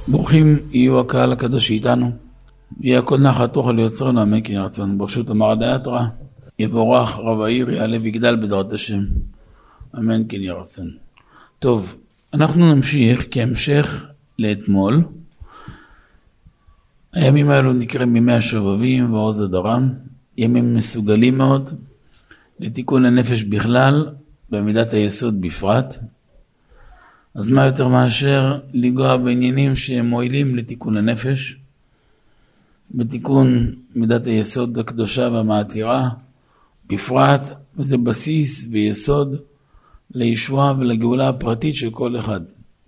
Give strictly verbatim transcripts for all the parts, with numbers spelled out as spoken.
ברוכים יהיו הקהל הקדוש איתנו, יהיה הכל נחת תוכל ליוצרנו אמן כן יהי רצון. ברשות אמר דאתרא, יבורך רב העיר, יעלה ויגדל בעזרת השם, אמן כן יהי רצון. טוב, אנחנו נמשיך כהמשך לאתמול. הימים האלו נקראים ימי השובבים ועוז הדרם, ימים מסוגלים מאוד לתיקון הנפש בכלל במידת היסוד בפרט. אז מה יותר מאשר לגוע בעניינים שמועילים לתיקון הנפש, בתיקון מידת היסוד הקדושה והמעתירה בפרט, וזה בסיס ויסוד לישועה ולגאולה הפרטית של כל אחד.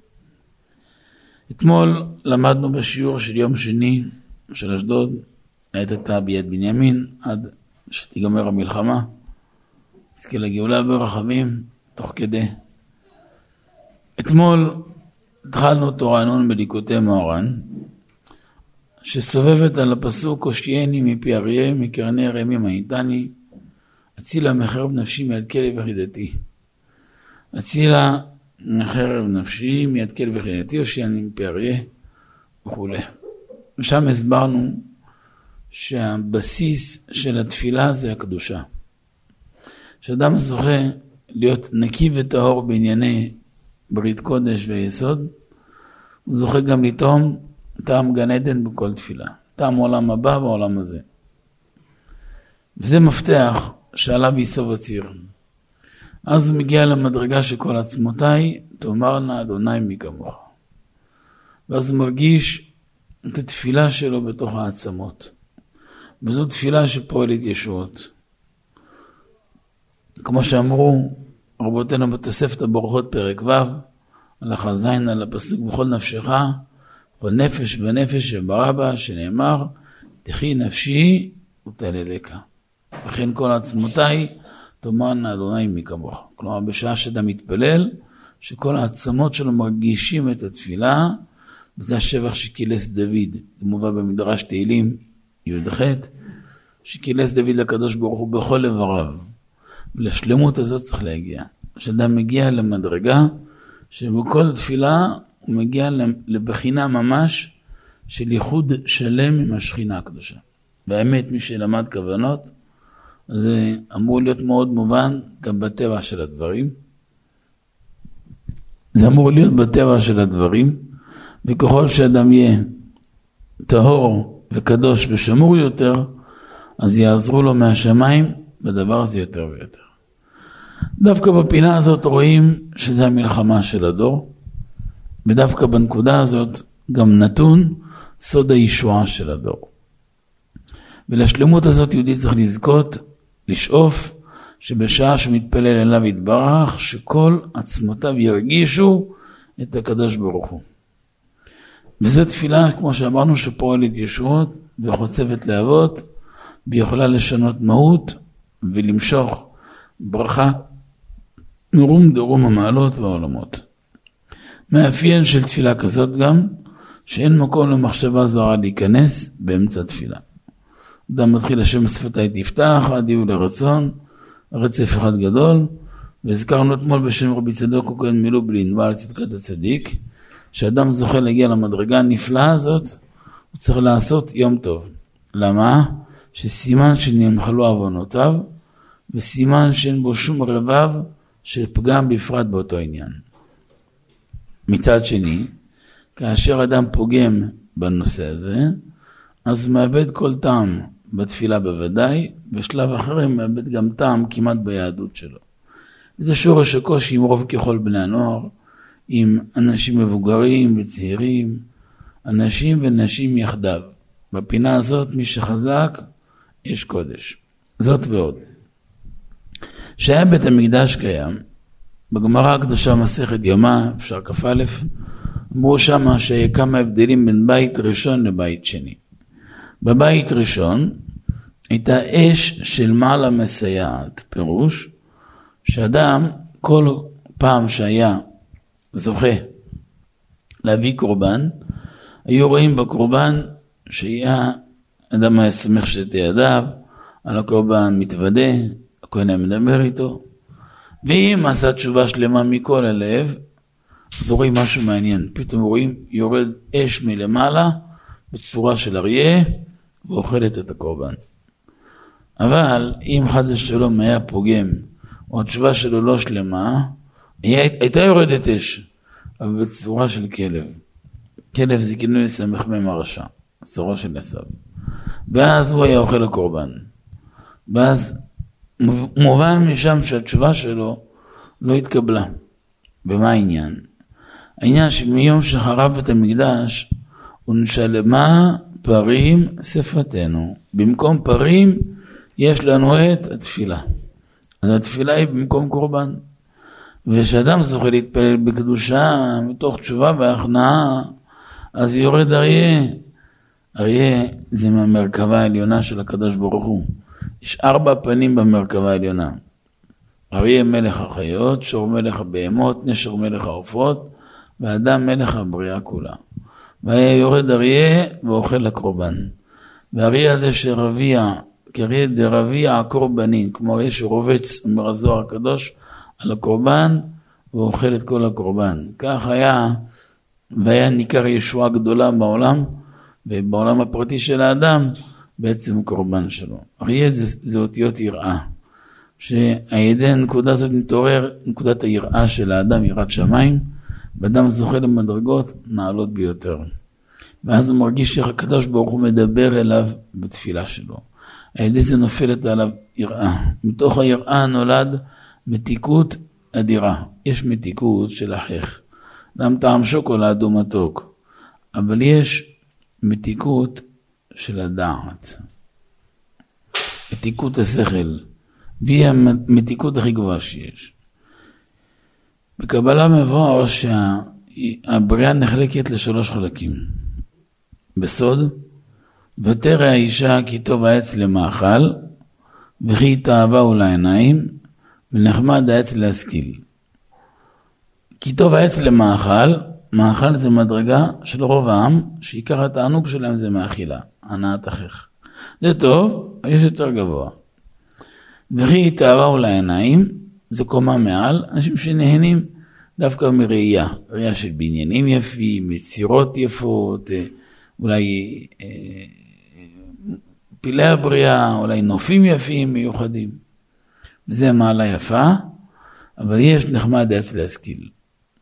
אתמול למדנו בשיעור של יום שני של אשדוד, לעת עתה ביד בנימין, עד שתיגמר המלחמה, נזכה לגאולה ברחמים תוך כדי. אתמול התחלנו תורענון בליקוטי מוהר"ן, שסובבת על הפסוק הושיעני מפי אריה, מקרני רמי מאיתני, הצילה מחרב נפשי מיד כלב יחידתי. הצילה מחרב נפשי מיד כלב יחידתי, הושיעני מפי אריה וכו'. ושם הסברנו שהבסיס של התפילה זה הקדושה. שאדם זוכה להיות נקי וטהור בענייני ברית קודש ויסוד, הוא זוכה גם לטעום טעם גן עדן בכל תפילה, טעם עולם הבא ועולם הזה. וזה מפתח שעליו יסוב הציר. אז הוא מגיע למדרגה שכל עצמותיי תאמרנה אדוני מי כמוך. ואז הוא מרגיש את התפילה שלו בתוך העצמות. וזו תפילה שפועלת ישועות. כמו שאמרו רבותינו בתוספת הברכות פרק ו', הלכה זין על הפסוק בכל נפשך, כל נפש ונפש שברא בה, שנאמר, תחי נפשי ותהללך. וכן כל עצמותיי תאמרנה אדוני מי כמוך. כלומר, בשעה שאדם מתפלל, שכל העצמות שלו מרגישים את התפילה, וזה השבח שקילס דוד, זה מובא במדרש תהילים י"ח, שקילס דוד לקדוש ברוך הוא בכל איבריו. ולשלמות הזאת צריך להגיע. כשאדם מגיע למדרגה, שבכל תפילה הוא מגיע לבחינה ממש של ייחוד שלם עם השכינה הקדושה. באמת מי שלמד כוונות, זה אמור להיות מאוד מובן גם בטבע של הדברים. זה אמור להיות בטבע של הדברים, וככל שאדם יהיה טהור וקדוש ושמור יותר, אז יעזרו לו מהשמיים בדבר הזה יותר ויותר. דווקא בפינה הזאת רואים שזה המלחמה של הדור, ודווקא בנקודה הזאת גם נתון סוד הישועה של הדור. ולשלמות הזאת יהודי צריך לזכות, לשאוף, שבשעה שמתפלל אליו יתברך, שכל עצמותיו ירגישו את הקדוש ברוך הוא. וזו תפילה, כמו שאמרנו, שפועלת ישועות וחוצבת להבות, ויכולה לשנות מהות ולמשוך ברכה מרום דרום המעלות והעולמות. מאפיין של תפילה כזאת גם, שאין מקום למחשבה זרה להיכנס באמצע תפילה. אדם מתחיל השם שפתי תפתח, עד יהיו לרצון, רצף אחד גדול, והזכרנו אתמול בשם רבי צדוק וכהן מלובלין, בעל צדקת הצדיק, שאדם זוכה להגיע למדרגה הנפלאה הזאת, הוא צריך לעשות יום טוב. למה? שסימן שנמחלו עוונותיו, וסימן שאין בו שום רבב של פגם בפרט באותו עניין. מצד שני, כאשר אדם פוגם בנושא הזה, אז הוא מאבד כל טעם בתפילה בוודאי, בשלב אחר הוא מאבד גם טעם כמעט ביהדות שלו. זה שורש הקושי עם רוב ככל בני הנוער, עם אנשים מבוגרים וצעירים, אנשים ונשים יחדיו. בפינה הזאת מי שחזק, יש קודש. זאת ועוד. שהיה בית המקדש קיים, בגמרא הקדושה מסכת יומא, אפשר כ"א, אמרו שמה שכמה הבדלים בין בית ראשון לבית שני. בבית ראשון הייתה אש של מעלה מסייעת, פירוש שאדם כל פעם שהיה זוכה להביא קורבן, היו רואים בקורבן שהיה אדם היה שמח שתי ידיו, על הקורבן מתוודה, הכהן היה מדבר איתו, ואם עשה תשובה שלמה מכל הלב, אז רואים משהו מעניין, פתאום רואים יורד אש מלמעלה בצורה של אריה ואוכלת את הקורבן. אבל אם חס ושלום היה פוגם או התשובה שלו לא שלמה, הייתה יורדת אש, אבל בצורה של כלב. כלב זה כינוי סמך מם הרשע, צורה של עשיו. ואז הוא היה אוכל הקורבן. ואז מובן משם שהתשובה שלו לא התקבלה. ומה העניין? העניין שמיום שחרב את המקדש, הוא נשלמה פרים שפתנו. במקום פרים יש לנו את התפילה. אז התפילה היא במקום קורבן. ושאדם זוכה להתפלל בקדושה, מתוך תשובה והכנעה, אז יורד אריה. אריה זה מהמרכבה העליונה של הקדוש ברוך הוא. יש ארבע פנים במרכבה העליונה. אריה מלך החיות, שור מלך הבהמות, נשר מלך העופות, ואדם מלך הבריאה כולה. והיה יורד אריה ואוכל הקורבן. והאריה הזה שרביע, כאריה דרביע הקורבנין, כמו אריה שרובץ, אומר הזוהר הקדוש, על הקורבן, ואוכל את כל הקורבן. כך היה, והיה ניכר ישועה גדולה בעולם, ובעולם הפרטי של האדם, בעצם קורבן שלו. אריה זה, זה אותיות יראה. שהידי הנקודה הזאת מתעורר, נקודת היראה של האדם, יראת שמיים, ואדם זוכה למדרגות נעלות ביותר. ואז הוא מרגיש שהקדוש ברוך הוא מדבר אליו בתפילה שלו. הידי זה נופלת עליו יראה. מתוך היראה נולד מתיקות אדירה. יש מתיקות של החך. אדם טעם שוקולד הוא מתוק. אבל יש מתיקות של הדעת. מתיקות השכל. והיא המתיקות הכי גבוהה שיש. בקבלה מבואר שהבריאה נחלקת לשלוש חלקים. בסוד, ותרא האישה כי טוב העץ למאכל, וכי תאווה לעיניים, ונחמד העץ להשכיל. כי טוב העץ למאכל, מאכל זה מדרגה של רוב העם, שעיקר התענוג שלהם זה מאכילה, הנאת החך. זה טוב, יש יותר גבוה. וכי תאווה לעיניים, זה קומה מעל, אנשים שנהנים דווקא מראייה, ראייה של בניינים יפים, יצירות יפות, אולי אה, פילי הבריאה, אולי נופים יפים מיוחדים. זה מעלה יפה, אבל יש נחמד העץ להשכיל.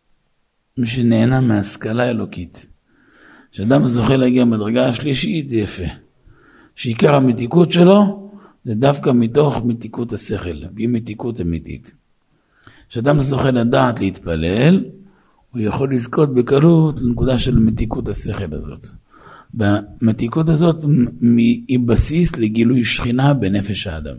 מי שנהנה מהשכלה אלוקית. כשאדם זוכה להגיע מדרגה השלישית, זה יפה. שעיקר המתיקות שלו, זה דווקא מתוך מתיקות השכל, והיא מתיקות אמיתית. כשאדם זוכה לדעת להתפלל, הוא יכול לזכות בקלות לנקודה של מתיקות השכל הזאת. והמתיקות הזאת היא בסיס לגילוי שכינה בנפש האדם.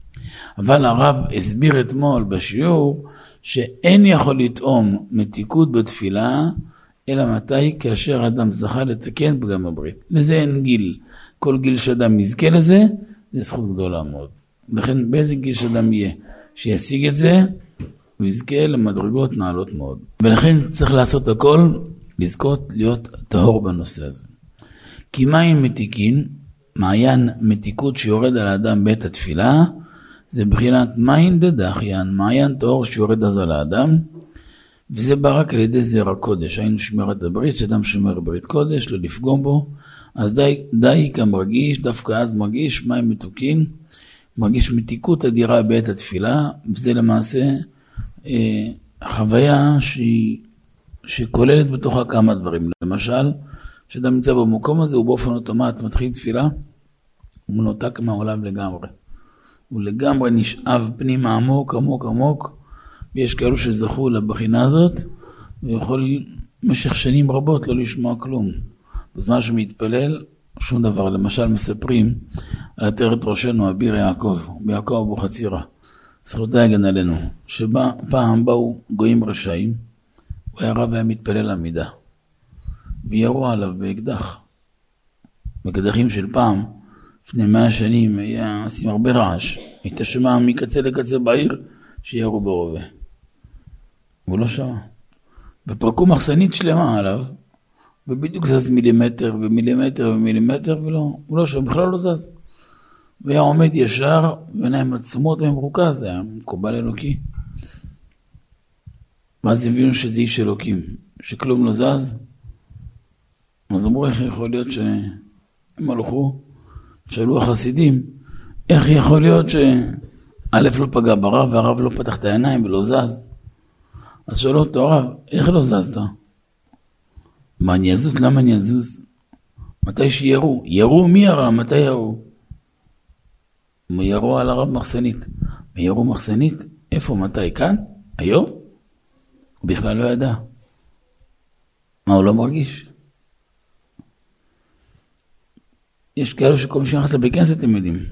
אבל הרב הסביר אתמול בשיעור, שאין יכול לטעום מתיקות בתפילה, אלא מתי כאשר אדם זכה לתקן פגם הברית. לזה אין גיל. כל גיל שאדם יזכה לזה, זה זכות גדולה מאוד. לכן באיזה גיל שאדם יהיה, שישיג את זה, הוא יזכה למדרגות נעלות מאוד. ולכן צריך לעשות הכל, לזכות להיות טהור בנושא הזה. כי מים מתיקין, מעיין מתיקות שיורד על האדם בעת התפילה, זה בחינת מים דדחיין, מעיין טהור שיורד אז על האדם, וזה בא רק על ידי זרע קודש. היינו שמירת הברית, שאדם שומר ברית קודש, לא לפגום בו, אז די, די כמרגיש, דווקא אז מרגיש מים מתוקים, מרגיש מתיקות אדירה בעת התפילה, וזה למעשה אה, חוויה שהיא, שכוללת בתוכה כמה דברים. למשל, כשאדם נמצא במקום הזה, הוא באופן אוטומט מתחיל תפילה, הוא מנותק מהעולם לגמרי. הוא לגמרי נשאב פנימה עמוק, עמוק, עמוק, ויש כאלו שזכו לבחינה הזאת, ויכול במשך שנים רבות לא לשמוע כלום. בזמן שמתפלל, שום דבר. למשל מספרים על עטרת ראשנו, אביר יעקב, ביעקב אבוחצירא, זכותי הגן עלינו, שפעם באו גויים רשעים, הוא היה רב והיה מתפלל עמידה, וירו עליו באקדח. בקדחים של פעם, לפני מאה שנים, היה עושים הרבה רעש, הייתה שומע מקצה לקצה בעיר, שירו ברובה. הוא לא שמע. ופרקו מחסנית שלמה עליו, ובדיוק זז מילימטר ומילימטר ומילימטר, ולא, הוא לא שם, בכלל לא זז. והיה עומד ישר, ועיניים עצומות ומרוכז, זה היה מקובל אלוקי. ואז הבינו שזה איש אלוקים, שכלום לא זז. אז אמרו, איך יכול להיות שהם הלכו? שאלו החסידים, איך יכול להיות שא' לא פגע ברב, והרב לא פתח את העיניים ולא זז? אז שאלו אותו הרב, איך לא זזת? מה אני אזוז? למה אני אזוז? מתי שירו? ירו? מי ירה? מתי ירו? ירו על הרב מחסנית. ירו מחסנית? איפה? מתי? כאן? היום? הוא בכלל לא ידע. מה, הוא לא מרגיש? יש כאלו שכל מי שנכנס לבית כנסת אתם יודעים.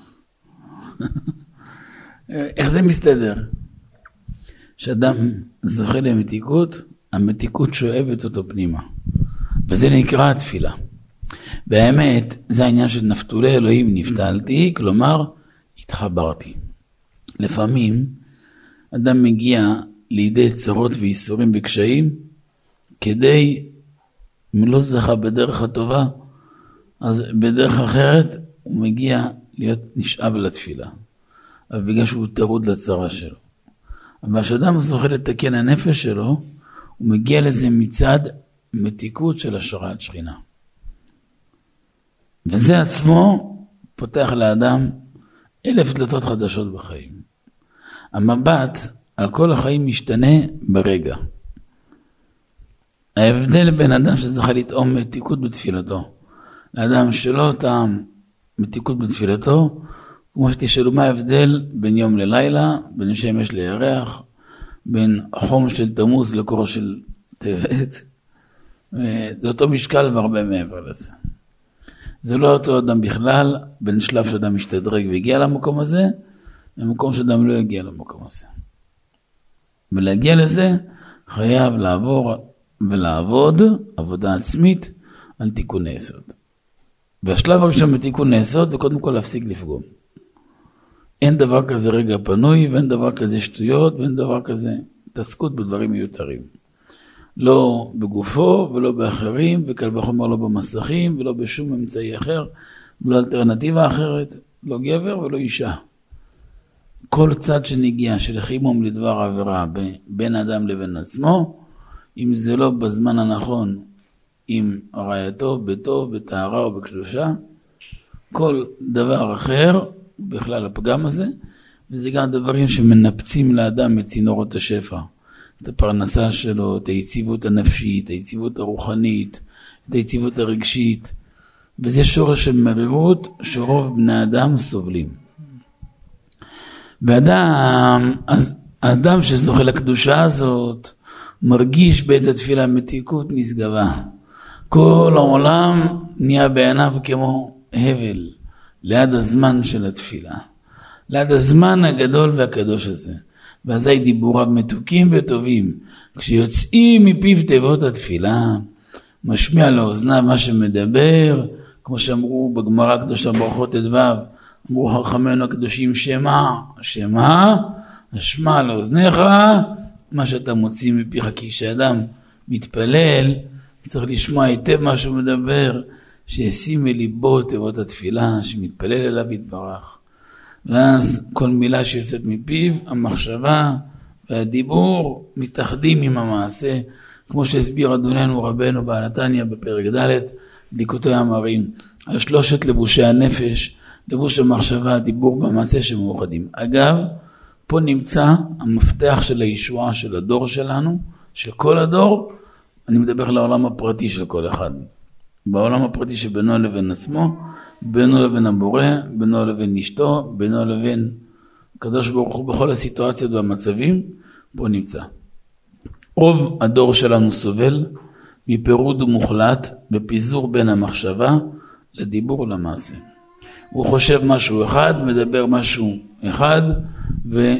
איך זה מסתדר? שאדם זוכה למתיקות, המתיקות שואבת אותו פנימה. וזה נקרא התפילה. באמת, זה העניין של נפתולי אלוהים נפתלתי, כלומר, התחברתי. לפעמים, אדם מגיע לידי צרות ואיסורים וקשיים, כדי, אם לא זכה בדרך הטובה, אז בדרך אחרת, הוא מגיע להיות נשאב לתפילה. אבל בגלל שהוא תרוד לצרה שלו. אבל כשאדם זוכה לתקן הנפש שלו, הוא מגיע לזה מצד מתיקות של השראת שכינה. וזה עצמו פותח לאדם אלף דלתות חדשות בחיים. המבט על כל החיים משתנה ברגע. ההבדל בין אדם שזכה לטעום מתיקות בתפילתו, לאדם שלא טעם מתיקות בתפילתו, כמו שתשאלו מה ההבדל בין יום ללילה, בין שמש לירח, בין חום של תמוז לקור של טבת. זה אותו משקל והרבה מעבר לזה. זה לא אותו אדם בכלל, בין שלב שאדם משתדרג והגיע למקום הזה, למקום שאדם לא הגיע למקום הזה. ולהגיע לזה חייב לעבור ולעבוד עבודה עצמית על תיקון היסוד. והשלב הראשון בתיקון היסוד זה קודם כל להפסיק לפגום. אין דבר כזה רגע פנוי, ואין דבר כזה שטויות, ואין דבר כזה תעסקות בדברים מיותרים. לא בגופו ולא באחרים, וקל וחומר לא במסכים, ולא בשום אמצעי אחר, ולא אלטרנטיבה אחרת, לא גבר ולא אישה. כל צד שנגיע של חימום לדבר עבירה בין אדם לבין עצמו, אם זה לא בזמן הנכון, עם רעייתו, ביתו, בתארה או בקדושה, כל דבר אחר, בכלל הפגם הזה, וזה גם דברים שמנפצים לאדם את צינורות השפע. את הפרנסה שלו, את היציבות הנפשית, את היציבות הרוחנית, את היציבות הרגשית, וזה שורש של מרירות שרוב בני אדם סובלים. ואדם, אז האדם שזוכה לקדושה הזאת, מרגיש בעת התפילה מתיקות נשגבה. כל העולם נהיה בעיניו כמו הבל, ליד הזמן של התפילה. ליד הזמן הגדול והקדוש הזה. ואזי דיבוריו מתוקים וטובים. כשיוצאים מפיו תיבות התפילה, משמיע לאוזניו מה שמדבר, כמו שאמרו בגמרא הקדושה ברכות ט"ו, אמרו חכמינו הקדושים שמע, שמע, השמע לאוזניך, מה שאתה מוציא מפיך, כי כשאדם מתפלל, צריך לשמוע היטב מה שהוא מדבר, שישים מליבו תיבות התפילה, שמתפלל אליו יתברך. ואז כל מילה שיוצאת מפיו, המחשבה והדיבור מתאחדים עם המעשה, כמו שהסביר אדוננו רבנו בעל התניא בפרק ד' ליקוטי המרים, על שלושת לבושי הנפש, לבוש המחשבה, הדיבור והמעשה שמאוחדים. אגב, פה נמצא המפתח של הישועה של הדור שלנו, של כל הדור, אני מדבר לעולם הפרטי של כל אחד. בעולם הפרטי שבינו לבין עצמו, בינו לבין הבורא, בינו לבין אשתו, בינו לבין הקדוש ברוך הוא בכל הסיטואציות והמצבים, פה נמצא. רוב הדור שלנו סובל מפירוד מוחלט בפיזור בין המחשבה לדיבור ולמעשה. הוא חושב משהו אחד, מדבר משהו אחד, ו...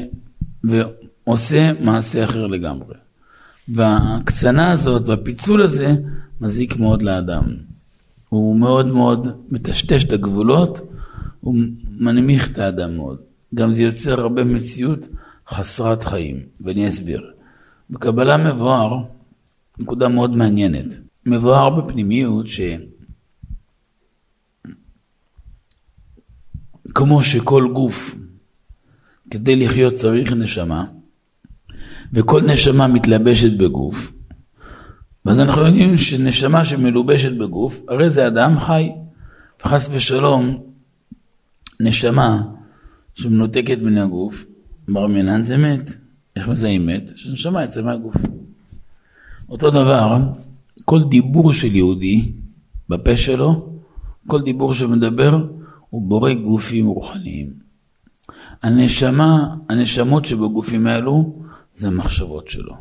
ועושה מעשה אחר לגמרי. והקצנה הזאת והפיצול הזה מזיק מאוד לאדם. הוא מאוד מאוד מטשטש את הגבולות, הוא מנמיך את האדם מאוד. גם זה יוצר הרבה מציאות חסרת חיים, ואני אסביר. בקבלה מבואר, נקודה מאוד מעניינת. מבואר בפנימיות ש... כמו שכל גוף כדי לחיות צריך נשמה, וכל נשמה מתלבשת בגוף. ואז אנחנו יודעים שנשמה שמלובשת בגוף, הרי זה אדם חי. וחס ושלום, נשמה שמנותקת מן הגוף, בר מינן זה מת. איך מזהים מת? שנשמה יצא מהגוף. אותו דבר, כל דיבור של יהודי בפה שלו, כל דיבור שמדבר, הוא בורא גופים רוחניים. הנשמה, הנשמות שבגופים האלו, זה המחשבות שלו.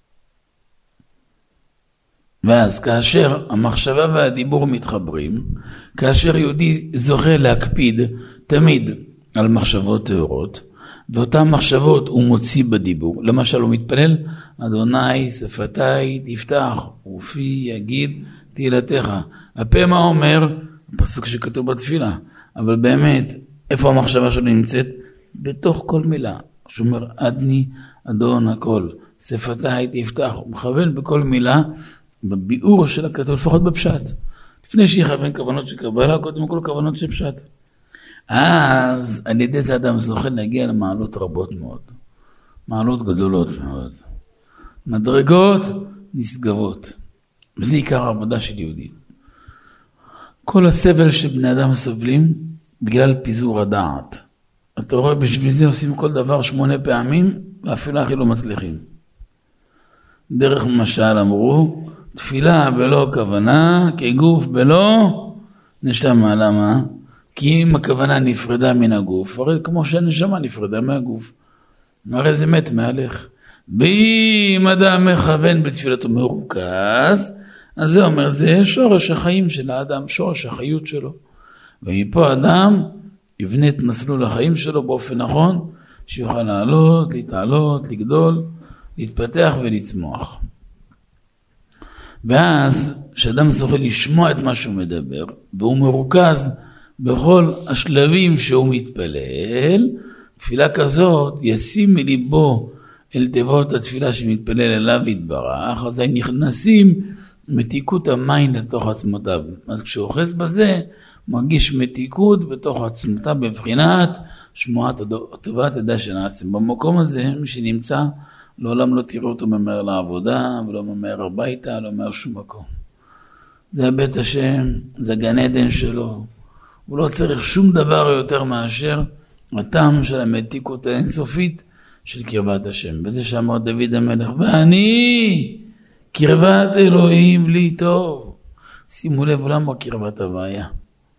ואז כאשר המחשבה והדיבור מתחברים, כאשר יהודי זוכה להקפיד תמיד על מחשבות טהורות, ואותן מחשבות הוא מוציא בדיבור. למשל הוא מתפלל, אדוני שפתי תפתח, ופי יגיד תהילתך. הפה מה אומר? פסוק שכתוב בתפילה. אבל באמת, איפה המחשבה שלו נמצאת? בתוך כל מילה. שאומר, אדני אדון הכל, שפתי תפתח. הוא מכוון בכל מילה, בביאור של הכתוב, לפחות בפשט. לפני שיכוון כוונות של קבלה, קודם כל כוונות של פשט. אז על ידי זה אדם זוכה להגיע למעלות רבות מאוד. מעלות גדולות מאוד. מדרגות נשגבות. וזה עיקר העבודה של יהודים. כל הסבל שבני אדם סובלים בגלל פיזור הדעת. אתה רואה, בשביל זה עושים כל דבר שמונה פעמים, ואפילו הכי לא מצליחים. דרך משל אמרו, תפילה בלא כוונה, כגוף בלא נשמה. למה? כי אם הכוונה נפרדה מן הגוף, הרי כמו שהנשמה נפרדה מהגוף, הרי זה מת מהלך. ואם אדם מכוון בתפילתו מרוכז, אז זה אומר, זה שורש החיים של האדם, שורש החיות שלו. ומפה אדם יבנה את מסלול החיים שלו באופן נכון, שיוכל לעלות, להתעלות, לגדול, להתפתח ולצמוח. ואז, כשאדם זוכה לשמוע את מה שהוא מדבר, והוא מרוכז בכל השלבים שהוא מתפלל, תפילה כזאת ישים מליבו אל תיבות התפילה שמתפלל אליו יתברך, אז הם נכנסים מתיקות המים לתוך עצמותיו. אז כשהוא אוחז בזה, מרגיש מתיקות בתוך עצמותיו בבחינת שמועת הטובה תדע שנעשים. במקום הזה, מי שנמצא, לעולם לא תראו אותו ממהר לעבודה, ולא ממהר הביתה, לא ממהר שום מקום. זה בית השם, זה גן עדן שלו. הוא לא צריך שום דבר יותר מאשר הטעם של המתיקות האינסופית של קרבת השם. וזה שאמר דוד המלך, ואני קרבת אלוהים לי טוב. שימו לב, הוא לא אמר קרבת הבעיה.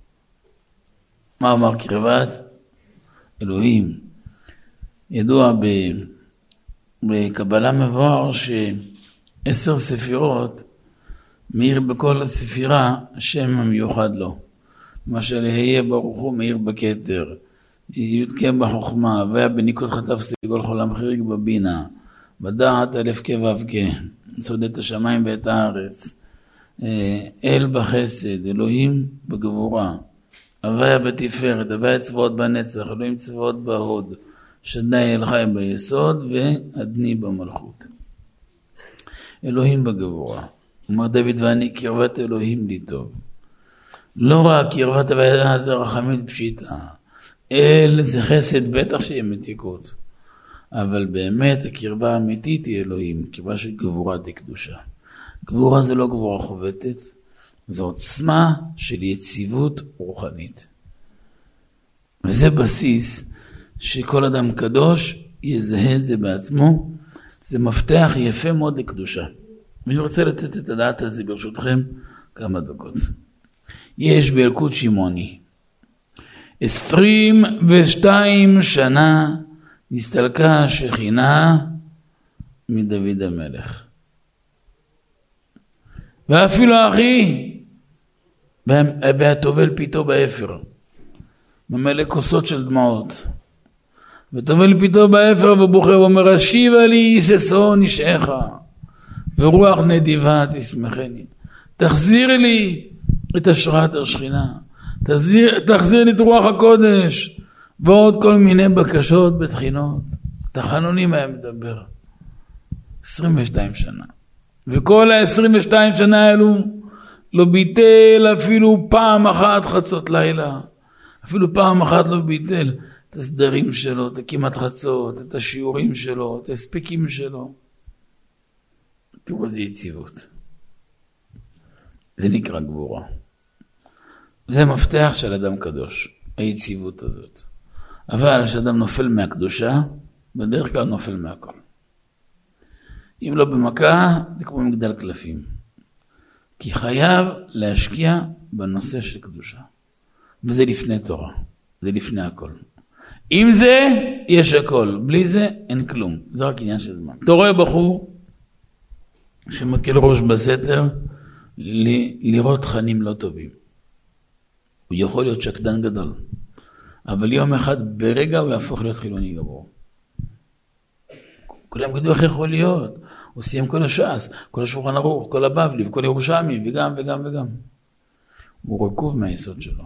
מה אמר קרבת? אלוהים. ידוע ב... בקבלה מבואר שעשר ספירות מאיר בכל הספירה השם המיוחד לו. למשל, היה ברוך הוא מאיר בכתר, יודקה בחוכמה, והיה בניקוד חטף סגול חולם חיריק בבינה, בדעת אלף כבבכה, סוד את השמיים ואת הארץ, אל בחסד, אלוהים בגבורה, הוויה בתפארת, הוויה צבאות בנצח, אלוהים צבאות בהוד, שדי אל חי ביסוד ואדני במלכות. אלוהים בגבורה. אומר דוד, ואני קרבת אלוהים לי טוב. לא רק קרבת הוויה זה רחמית פשיטה, אל זה חסד, בטח שיהיה מתיקות. אבל באמת הקרבה האמיתית היא אלוהים, קרבה של גבורה דקדושה. גבורה זה לא גבורה חובטת, זו עוצמה של יציבות רוחנית. וזה בסיס שכל אדם קדוש יזהה את זה בעצמו, זה מפתח יפה מאוד לקדושה. ואני רוצה לתת את הדעת הזה ברשותכם כמה דקות. יש בילקוט שמעוני, עשרים ושתיים שנה נסתלקה השכינה מדוד המלך. ואפילו אחי, והטובל פיתו באפר, ממלא כוסות של דמעות. וטובל פיתו באפר ובוכה ואומר, השיבה לי ששון נשאך, ורוח נדיבה תשמחני. תחזיר לי את השראת השכינה, תחזיר, תחזיר לי את רוח הקודש, ועוד כל מיני בקשות בתחינות. תחנונים היה מדבר. עשרים ושתיים שנה. וכל ה-עשרים ושתיים שנה האלו לא ביטל אפילו פעם אחת חצות לילה. אפילו פעם אחת לא ביטל את הסדרים שלו, את כמעט חצות, את השיעורים שלו, את ההספקים שלו. תראו איזה יציבות. זה נקרא גבורה. זה מפתח של אדם קדוש, היציבות הזאת. אבל כשאדם נופל מהקדושה, בדרך כלל נופל מהכל. אם לא במכה, זה כמו מגדל קלפים. כי חייב להשקיע בנושא של קדושה. וזה לפני תורה, זה לפני הכל. עם זה, יש הכל. בלי זה, אין כלום. זה רק עניין של זמן. אתה רואה בחור שמקל ראש בסתר, ל- לראות תכנים לא טובים. הוא יכול להיות שקדן גדול. אבל יום אחד, ברגע הוא יהפוך להיות חילוני גמור. כולם גדול איך יכול להיות. הוא סיים כל הש"ס, כל השולחן ערוך, כל הבבלי, וכל ירושלמי, וגם וגם וגם. הוא רקוב מהיסוד שלו.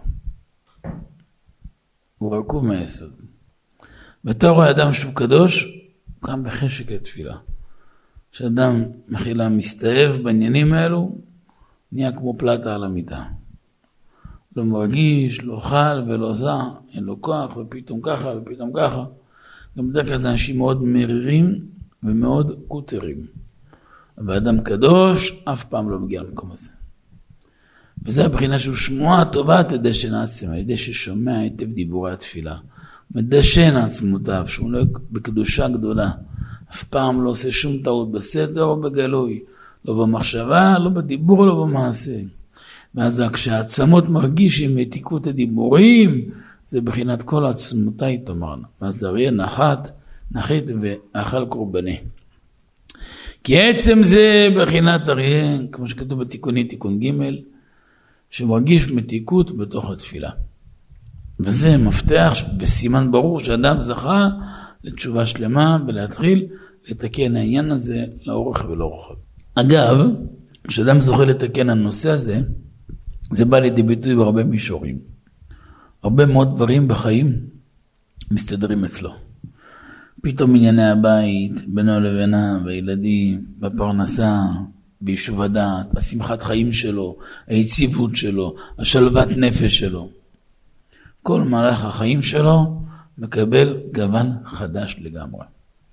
הוא רקוב מהיסוד. ואתה רואה אדם שהוא קדוש, הוא קם בחשק לתפילה. כשאדם מחילה מסתאב בעניינים האלו, נהיה כמו פלטה על המיטה. לא מרגיש, לא חל ולא זע, אין לו כוח, ופתאום ככה ופתאום ככה. גם בדרך כלל זה אנשים מאוד מרירים ומאוד קוטרים. ואדם קדוש אף פעם לא מגיע למקום הזה. וזה הבחינה שהוא שמועה טובה תדשן עצמו, על ידי ששומע היטב דיבורי התפילה. מדשן עצמותיו, שהוא לא בקדושה גדולה. אף פעם לא עושה שום טעות בסתר או בגלוי. לא במחשבה, לא בדיבור, לא במעשה. ואז כשהעצמות מרגיש עם מתיקות הדיבורים, זה בחינת כל עצמותיי תאמרנה. ואז אריה נחת, נחית ואכל קורבני. כי עצם זה בחינת אריה, כמו שכתוב בתיקוני תיקון ג', שמרגיש מתיקות בתוך התפילה. וזה מפתח בסימן ברור שאדם זכה לתשובה שלמה ולהתחיל לתקן העניין הזה לאורך ולרוחב. אגב, כשאדם זוכה לתקן הנושא הזה, זה בא לידי ביטוי בהרבה מישורים. הרבה מאוד דברים בחיים מסתדרים אצלו. פתאום ענייני הבית, בינו לבינה, והילדים, בפרנסה, ביישוב הדעת, השמחת חיים שלו, היציבות שלו, השלוות נפש שלו. כל מהלך החיים שלו מקבל גוון חדש לגמרי.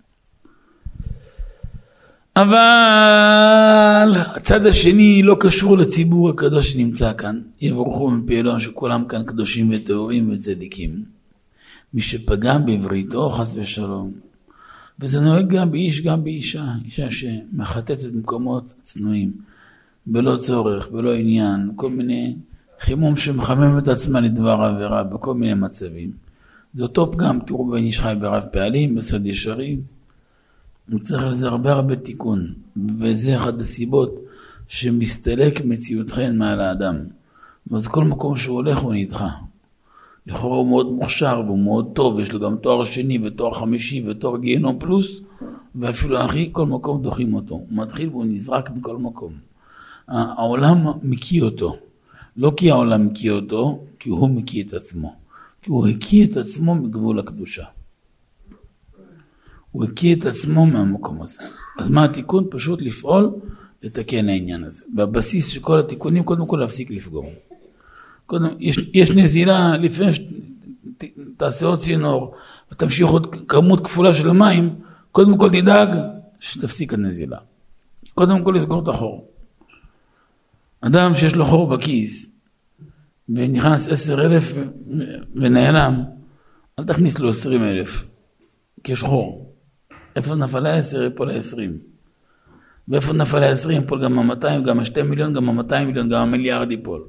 אבל הצד השני לא קשור לציבור הקדוש שנמצא כאן. יבורכו מפעלון שכולם כאן קדושים וטהורים וצדיקים. מי שפגם בבריתו חס ושלום. וזה נוהג גם באיש, גם באישה. אישה שמחטטת במקומות צנועים. בלא צורך, בלא עניין. כל מיני חימום שמחמם את עצמה לדבר עבירה בכל מיני מצבים. זה אותו פגם. תראו בין איש חי ברב פעלים, בסוד ישרים. הוא צריך לזה הרבה הרבה תיקון, וזה אחד הסיבות שמסתלק מציאות חן מעל האדם. אז כל מקום שהוא הולך הוא נדחה. לכאורה הוא מאוד מוכשר והוא מאוד טוב, יש לו גם תואר שני ותואר חמישי ותואר גיהנום פלוס, ואפילו אחי, כל מקום דוחים אותו. הוא מתחיל והוא נזרק בכל מקום. העולם מקיא אותו. לא כי העולם מקיא אותו, כי הוא מקיא את עצמו. כי הוא הקיא את עצמו מגבול הקדושה. הוא הקיא את עצמו מהמקום הזה. אז מה התיקון? פשוט לפעול, לתקן העניין הזה. בבסיס של כל התיקונים, קודם כל להפסיק לפגום. קודם, יש, יש נזילה, לפני שתעשה עוד צינור, ותמשיך עוד כמות כפולה של מים, קודם כל תדאג שתפסיק הנזילה. קודם כל לסגור את החור. אדם שיש לו חור בכיס, ונכנס עשר אלף ונעלם, אל תכניס לו עשרים אלף, כי יש חור. איפה נפל העשר, יפול העשרים. ואיפה נפל העשרים, יפול גם המאתיים, גם השתי מיליון, גם המאתיים מיליון, גם המיליארד יפול.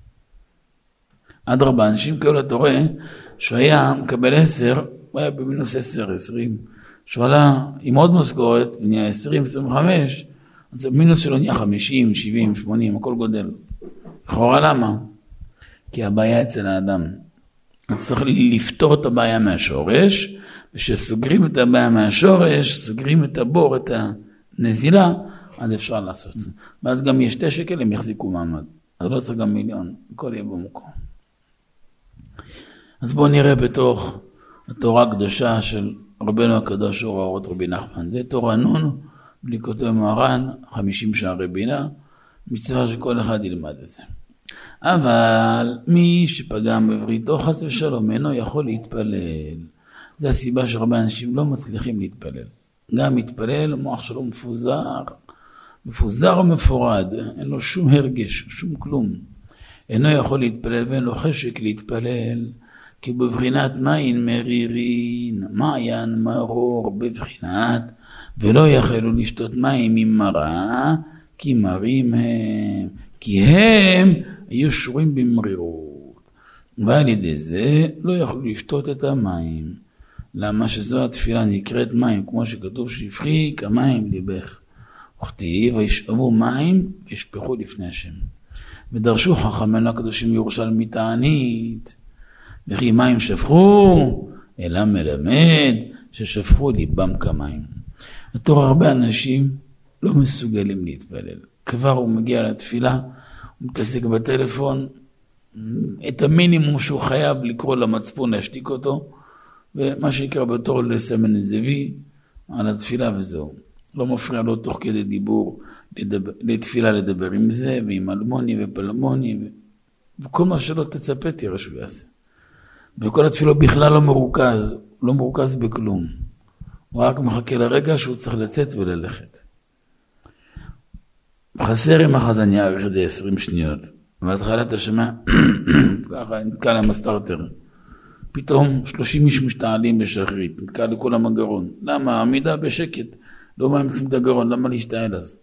עד רבה, אנשים כאלה אתה רואה, שהוא היה מקבל עשר, הוא היה במינוס עשר, עשרים. שהוא עלה עם עוד משכורת, ונהיה עשרים, עשרים וחמש, אז המינוס שלו נהיה חמישים, שבעים, שמונים, הכל גודל. לכאורה למה? כי הבעיה אצל האדם. אז צריך לפתור את הבעיה מהשורש, ושסוגרים את הבעיה מהשורש, סוגרים את הבור, את הנזילה, אז אפשר לעשות. ואז גם יש שתי שקל, הם יחזיקו מעמד. אז לא צריך גם מיליון, הכל יהיה במקום. אז בואו נראה בתוך התורה הקדושה של רבנו הקדוש אור האורות רבי נחמן. זה תורה נון, בלי כותב מרן, חמישים שערי בינה, מצווה שכל אחד ילמד את זה. אבל מי שפגם בבריתו חס ושלום אינו יכול להתפלל. זה הסיבה שהרבה אנשים לא מצליחים להתפלל. גם מתפלל, מוח שלו מפוזר, מפוזר ומפורד, אין לו שום הרגש, שום כלום. אינו יכול להתפלל ואין לו חשק להתפלל, כי בבחינת מים מרירין, מעיין מרור בבחינת, ולא יכלו לשתות מים עם מרה, כי מרים הם, כי הם היו שורים במרירות. ועל ידי זה לא יכלו לשתות את המים. למה שזו התפילה נקראת מים, כמו שכתוב שיפחי כמים ליבך. וכתיב, וישאבו מים וישפכו לפני השם. ודרשו חכמינו הקדושים ירושלמי תענית, וכי מים שפכו, אלא מלמד ששפכו ליבם כמים. התור הרבה אנשים לא מסוגלים להתפלל. כבר הוא מגיע לתפילה, הוא מתעסק בטלפון, את המינימום שהוא חייב לקרוא למצפון, להשתיק אותו, ומה שיקרא בתור לסמן נזבי על התפילה וזהו. לא מפריע לו תוך כדי דיבור לדבר, לתפילה לדבר עם זה ועם אלמוני ופלמוני ו... וכל מה שלא תצפה תראה שהוא יעשה. וכל התפילה בכלל לא מרוכז, לא מרוכז בכלום. הוא רק מחכה לרגע שהוא צריך לצאת וללכת. חסר עם החזן יאריך את זה עשרים שניות. והתחלה אתה שומע, ככה נתקע להם הסטארטר. פתאום שלושים איש משתעלים בשחרית, נתקע לכולם הגרון. למה? עמידה בשקט. לא מאמצים את הגרון, למה להשתעל אז?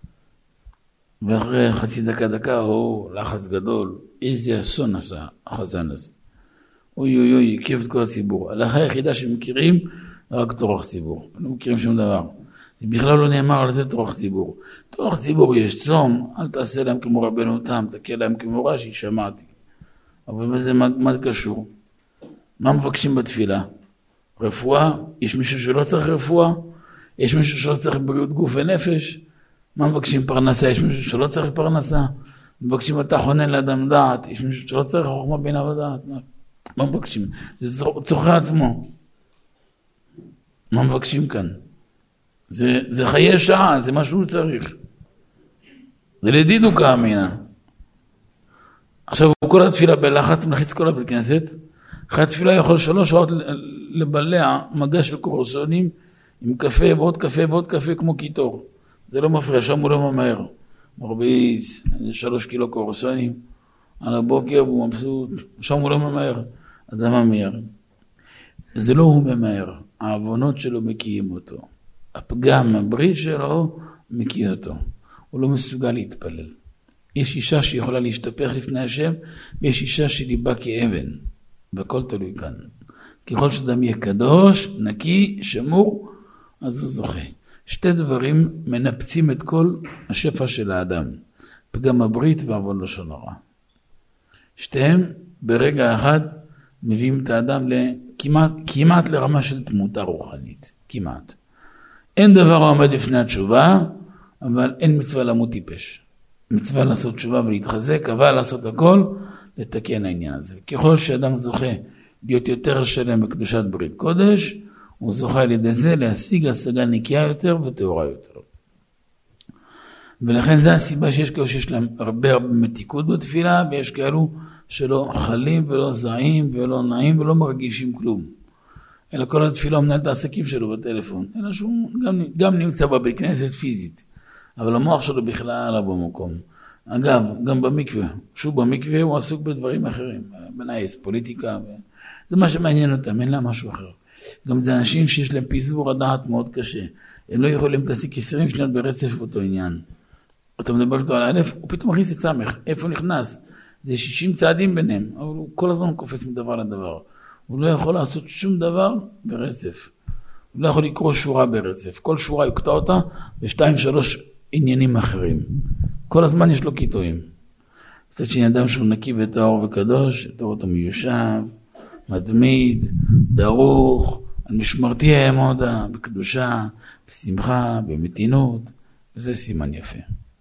ואחרי חצי דקה דקה, או לחץ גדול, איזה אסון עשה החזן הזה. אוי אוי אוי, עיכב את כל הציבור. ההלכה היחידה שמכירים, רק תורך ציבור. לא מכירים שום דבר. זה בכלל לא נאמר על זה תורך ציבור. תורך ציבור יש צום, אל תעשה להם כמו רבנו תם, תקל להם כמו רש"י, שמעתי. אבל בזה מה, מה זה קשור? מה מבקשים בתפילה? רפואה? יש מישהו שלא צריך רפואה? יש מישהו שלא צריך בריאות גוף ונפש? מה מבקשים פרנסה? יש מישהו שלא צריך פרנסה? מבקשים אתה חונן לאדם דעת? יש מישהו שלא צריך חוכמה בינה ודעת? מה מבקשים? זה צורכי עצמו. מה מבקשים כאן? זה, זה חיי שעה, זה מה שהוא צריך. זה לדידו כאמינה. עכשיו הוא כל התפילה בלחץ, מלחיץ כל הבית כנסת. אחרי התפילה יכול שלוש שעות לבלע מגע של קורסונים עם קפה ועוד קפה ועוד קפה כמו קיטור. זה לא מפריע, שם הוא לא ממהר. מרביץ, שלוש קילו קורסונים על הבוקר והוא מבסוט, שם הוא לא ממהר. אז למה ממהר? זה לא הוא ממהר, העוונות שלו מקיים אותו. הפגם, הברית שלו מקיא אותו. הוא לא מסוגל להתפלל. יש אישה שיכולה להשתפך לפני השם, ויש אישה שליבה כאבן. והכל תלוי כאן. ככל שאדם יהיה קדוש, נקי, שמור, אז הוא זוכה. שתי דברים מנפצים את כל השפע של האדם. פגם הברית ועוון לשון הרע. שתיהם ברגע אחד מביאים את האדם לכמעט, כמעט לרמה של תמותה רוחנית. כמעט. אין דבר העומד לפני התשובה, אבל אין מצווה למות טיפש. מצווה לעשות תשובה ולהתחזק, אבל לעשות הכל, לתקן העניין הזה. ככל שאדם זוכה להיות יותר שלם בקדושת ברית קודש, הוא זוכה על ידי זה להשיג השגה נקייה יותר וטהורה יותר. ולכן זה הסיבה שיש כאלו שיש להם הרבה הרבה מתיקות בתפילה, ויש כאלו שלא חלים ולא זעים ולא נעים ולא מרגישים כלום. אלא כל התפילה מנהל את העסקים שלו בטלפון. אלא שהוא גם, גם נמצא בבית כנסת פיזית. אבל המוח שלו בכלל לא במקום. אגב, גם במקווה. שהוא במקווה הוא עסוק בדברים אחרים. בנייס, פוליטיקה. זה מה שמעניין אותם, אין לה משהו אחר. גם זה אנשים שיש להם פיזור הדעת מאוד קשה. הם לא יכולים להשיג עשרים שניות ברצף באותו עניין. אתה מדבר איתו על האלף, הוא פתאום מכניס את סמך. איפה הוא נכנס? זה שישים צעדים ביניהם. אבל הוא כל הזמן קופץ מדבר לדבר. הוא לא יכול לעשות שום דבר ברצף. הוא לא יכול לקרוא שורה ברצף. כל שורה יוקטע אותה בשתיים שלוש עניינים אחרים. כל הזמן יש לו קיטועים. קצת שאני אדם שהוא נקי וטהור וקדוש, תראו אותו מיושב, מתמיד, דרוך, על משמרתי העמודה, בקדושה, בשמחה, במתינות, וזה סימן יפה.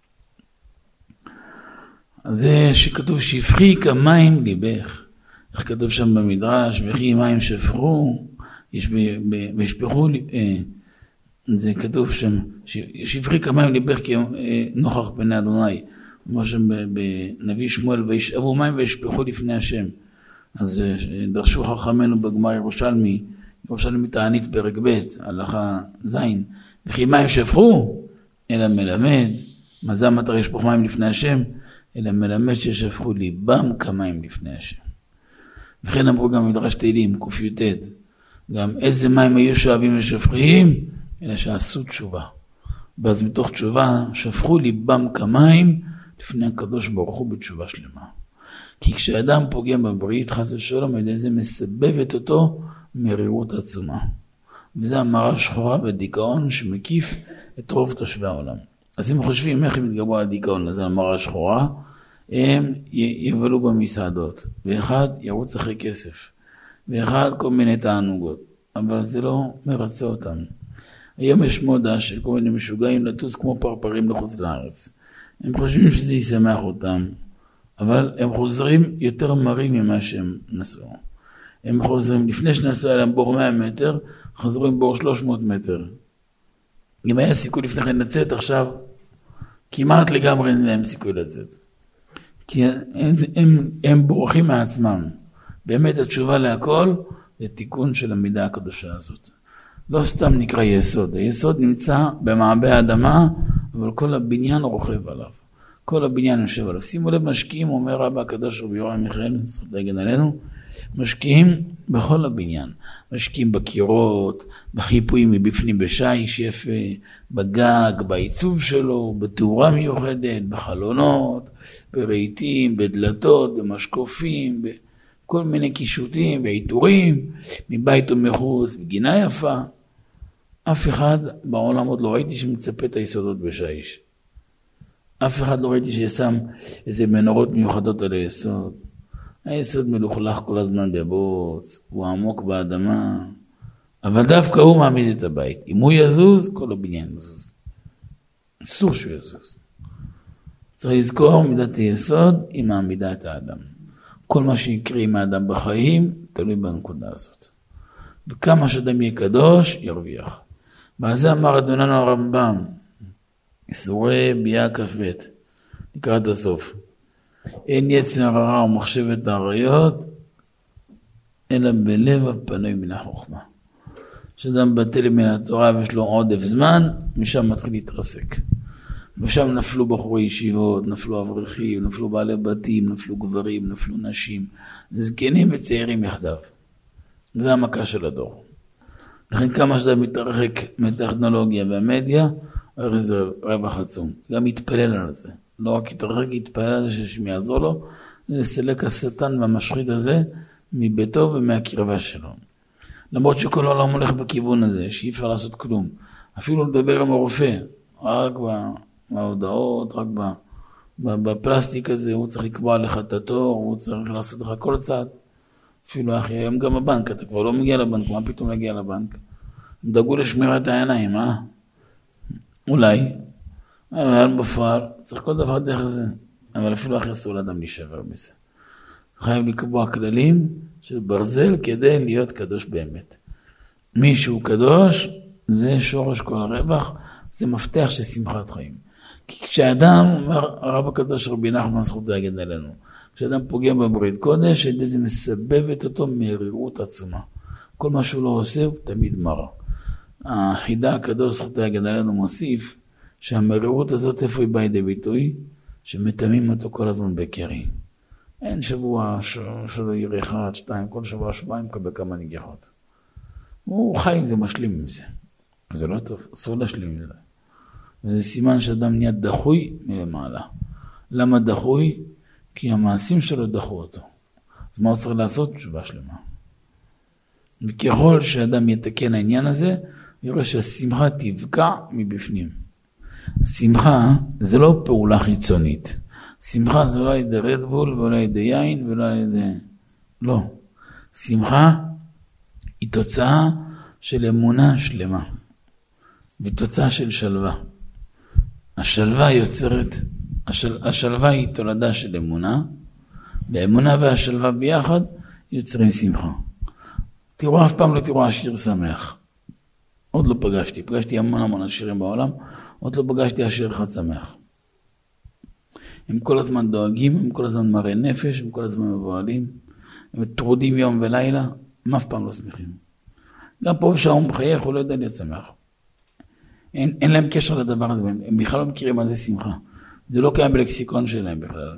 אז זה שכתוב שיפחי כמים ליבך. איך כתוב שם במדרש, וכי מים שפכו, וישפכו, זה כתוב שם, שיפחי כמים ליבך נוכח פני אדוני, כמו שם בנביא שמואל, וישאבו מים וישפכו לפני השם. אז דרשו חכמינו בגמר ירושלמי, ירושלמי תענית פרק ב', הלכה זין, וכי מים שפכו, אלא מלמד מה זה המטרה לשפוך מים לפני השם? אלא מלמד ששפכו ליבם כמים לפני השם. וכן אמרו גם מדרש תהילים, ק"ט, גם איזה מים היו שואבים ושפכים? אלא שעשו תשובה. ואז מתוך תשובה שפכו ליבם כמים לפני הקדוש ברוך הוא בתשובה שלמה. כי כשאדם פוגם בברית, חס ושלום, על ידי זה מסבבת אותו מרירות עצומה. וזה המרה שחורה ודיכאון שמקיף את רוב תושבי העולם. אז אם חושבים איך הם יתגברו על דיכאון, אז המרה שחורה, הם יבלו במסעדות, ואחד ירוץ אחרי כסף, ואחד כל מיני תענוגות, אבל זה לא מרצה אותם. היום יש מודה של כל מיני משוגעים לטוס כמו פרפרים לחוץ לארץ. הם חושבים שזה ישמח אותם, אבל הם חוזרים יותר מרים ממה שהם נסעו. הם חוזרים, לפני שנסעו אליהם בור מאה מטר, חזרו עם בור שלוש מאות מטר. אם היה סיכוי לפני כן לצאת, עכשיו כמעט לגמרי אין להם סיכוי לצאת. כי הם, הם, הם בורחים מעצמם. באמת התשובה להכל זה תיקון של המידה הקדושה הזאת. לא סתם נקרא יסוד. היסוד נמצא במעבה האדמה, אבל כל הבניין רוכב עליו. כל הבניין יושב עליו. שימו לב, משקיעים, אומר רבא הקדוש רבי יורם מיכאל, זכות להגן עלינו, משקיעים בכל הבניין. משקיעים בקירות, בחיפויים מבפנים בשיש יפה, בגג, בעיצוב שלו, בתאורה מיוחדת, בחלונות, ברהיטים, בדלתות, במשקופים, בכל מיני קישוטים, בעיטורים, מבית ומחוץ, בגינה יפה. אף אחד בעולם עוד לא ראיתי שמצפה את היסודות בשיש. אף אחד לא ראיתי ששם איזה מנורות מיוחדות על היסוד. היסוד מלוכלך כל הזמן בבוץ, הוא עמוק באדמה, אבל דווקא הוא מעמיד את הבית. אם הוא יזוז, כל הבניין יזוז. אסור שהוא יזוז. צריך לזכור, מידת היסוד היא מעמידה את האדם. כל מה שיקרה עם האדם בחיים, תלוי בנקודה הזאת. וכמה שאדם יהיה קדוש, ירוויח. ועל זה אמר אדוננו הרמב"ם, איסורי ביאה כ"ב, נקרא את הסוף. אין יצר הרע ומחשבת האריות, אלא בלב הפנוי מן החוכמה. כשאדם בטל מן התורה ויש לו עודף זמן, משם מתחיל להתרסק. ושם נפלו בחורי ישיבות, נפלו אברכים, נפלו בעלי בתים, נפלו גברים, נפלו נשים, זקנים וצעירים יחדיו. זה המכה של הדור. לכן כמה שאתה מתרחק מטכנולוגיה והמדיה, הרי זה רווח עצום. גם יתפלל על זה. לא רק יתרחק, יתפלל על זה ששם יעזור לו, לסלק השטן והמשחית הזה מביתו ומהקרבה שלו. למרות שכל העולם הולך בכיוון הזה, שאי אפשר לעשות כלום. אפילו לדבר עם הרופא, רק בהודעות, רק בפלסטיק הזה, הוא צריך לקבוע לך את התור, הוא צריך לעשות לך כל צעד. אפילו אחי, היום גם הבנק, אתה כבר לא מגיע לבנק, מה פתאום להגיע לבנק? הם דאגו לשמירת העיניים, אה? אולי, אבל בפועל, צריך כל דבר דרך זה. אבל אפילו אחי אסור לאדם להישבר בזה. חייב לקבוע כללים של ברזל כדי להיות קדוש באמת. מי שהוא קדוש, זה שורש כל הרווח, זה מפתח של שמחת חיים. כי כשאדם, אומר הרב הקדוש רבי נחמן זכות להגן עלינו, כשאדם פוגם בברית קודש, זה מסבבת אותו מרירות עצומה. כל מה שהוא לא עושה, הוא תמיד מרא. החידה הקדוש זכות להגן עלינו מוסיף, שהמרירות הזאת איפה היא באה לידי ביטוי, שמתמים אותו כל הזמן בקרי. אין שבוע שלו יראה אחד, שתיים, כל שבוע שבועיים מקבל כמה נגיחות. הוא חי עם זה, משלים עם זה. זה לא טוב, אסור להשלים עם זה. וזה סימן שאדם נהיה דחוי מלמעלה. למה דחוי? כי המעשים שלו דחו אותו. אז מה הוא צריך לעשות? תשובה שלמה. וככל שאדם יתקן העניין הזה, יראה שהשמחה תבקע מבפנים. השמחה זה לא פעולה חיצונית. שמחה זה לא על ידי רדבול ולא על ידי יין ולא על ידי... לא. שמחה היא תוצאה של אמונה שלמה. ותוצאה של שלווה. השלווה יוצרת, השל, השלווה היא תולדה של אמונה, והאמונה והשלווה ביחד יוצרים שמחה. תראו, אף פעם לא תראו עשיר שמח. עוד לא פגשתי, פגשתי המון המון עשירים בעולם, עוד לא פגשתי עשיר אחד שמח. הם כל הזמן דואגים, הם כל הזמן מראה נפש, הם כל הזמן מבועלים, הם טרודים יום ולילה, הם אף פעם לא שמחים. גם פה שהאום מחייך, הוא לא יודע להיות שמח. אין, אין להם קשר לדבר הזה, הם, הם בכלל לא מכירים מה זה שמחה. זה לא קיים בלקסיקון שלהם בכלל.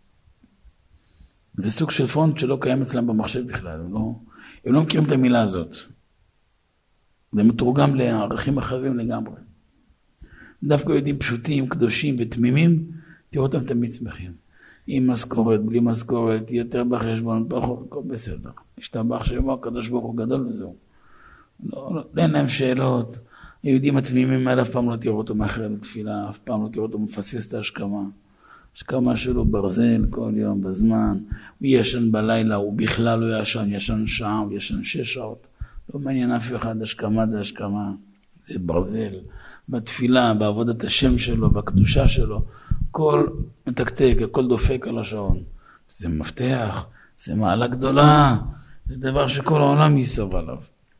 זה סוג של פונט שלא קיים אצלם במחשב בכלל. הם לא, הם לא מכירים את המילה הזאת. זה מתורגם לערכים אחרים לגמרי. דווקא יודעים פשוטים, קדושים ותמימים, תראו אותם תמיד שמחים. עם משכורת, בלי משכורת, יותר בחשבון, פחות, הכל בסדר. השתבח שמו, הקדוש ברוך הוא גדול וזהו. לא, לא, אין להם שאלות. היהודים התמימים האלה אף פעם לא תראו אותו מאחר לתפילה, אף פעם לא תראו אותו מפספס את ההשכמה. השכמה שלו ברזל כל יום בזמן, הוא ישן בלילה, הוא בכלל לא ישן, ישן שעה, הוא ישן שש שעות. לא מעניין אף אחד, השכמה זה השכמה, זה ברזל. בתפילה, בעבודת השם שלו, בקדושה שלו, הכל מתקתק, הכל דופק על השעון. זה מפתח, זה מעלה גדולה, זה דבר שכל העולם ייסוב עליו.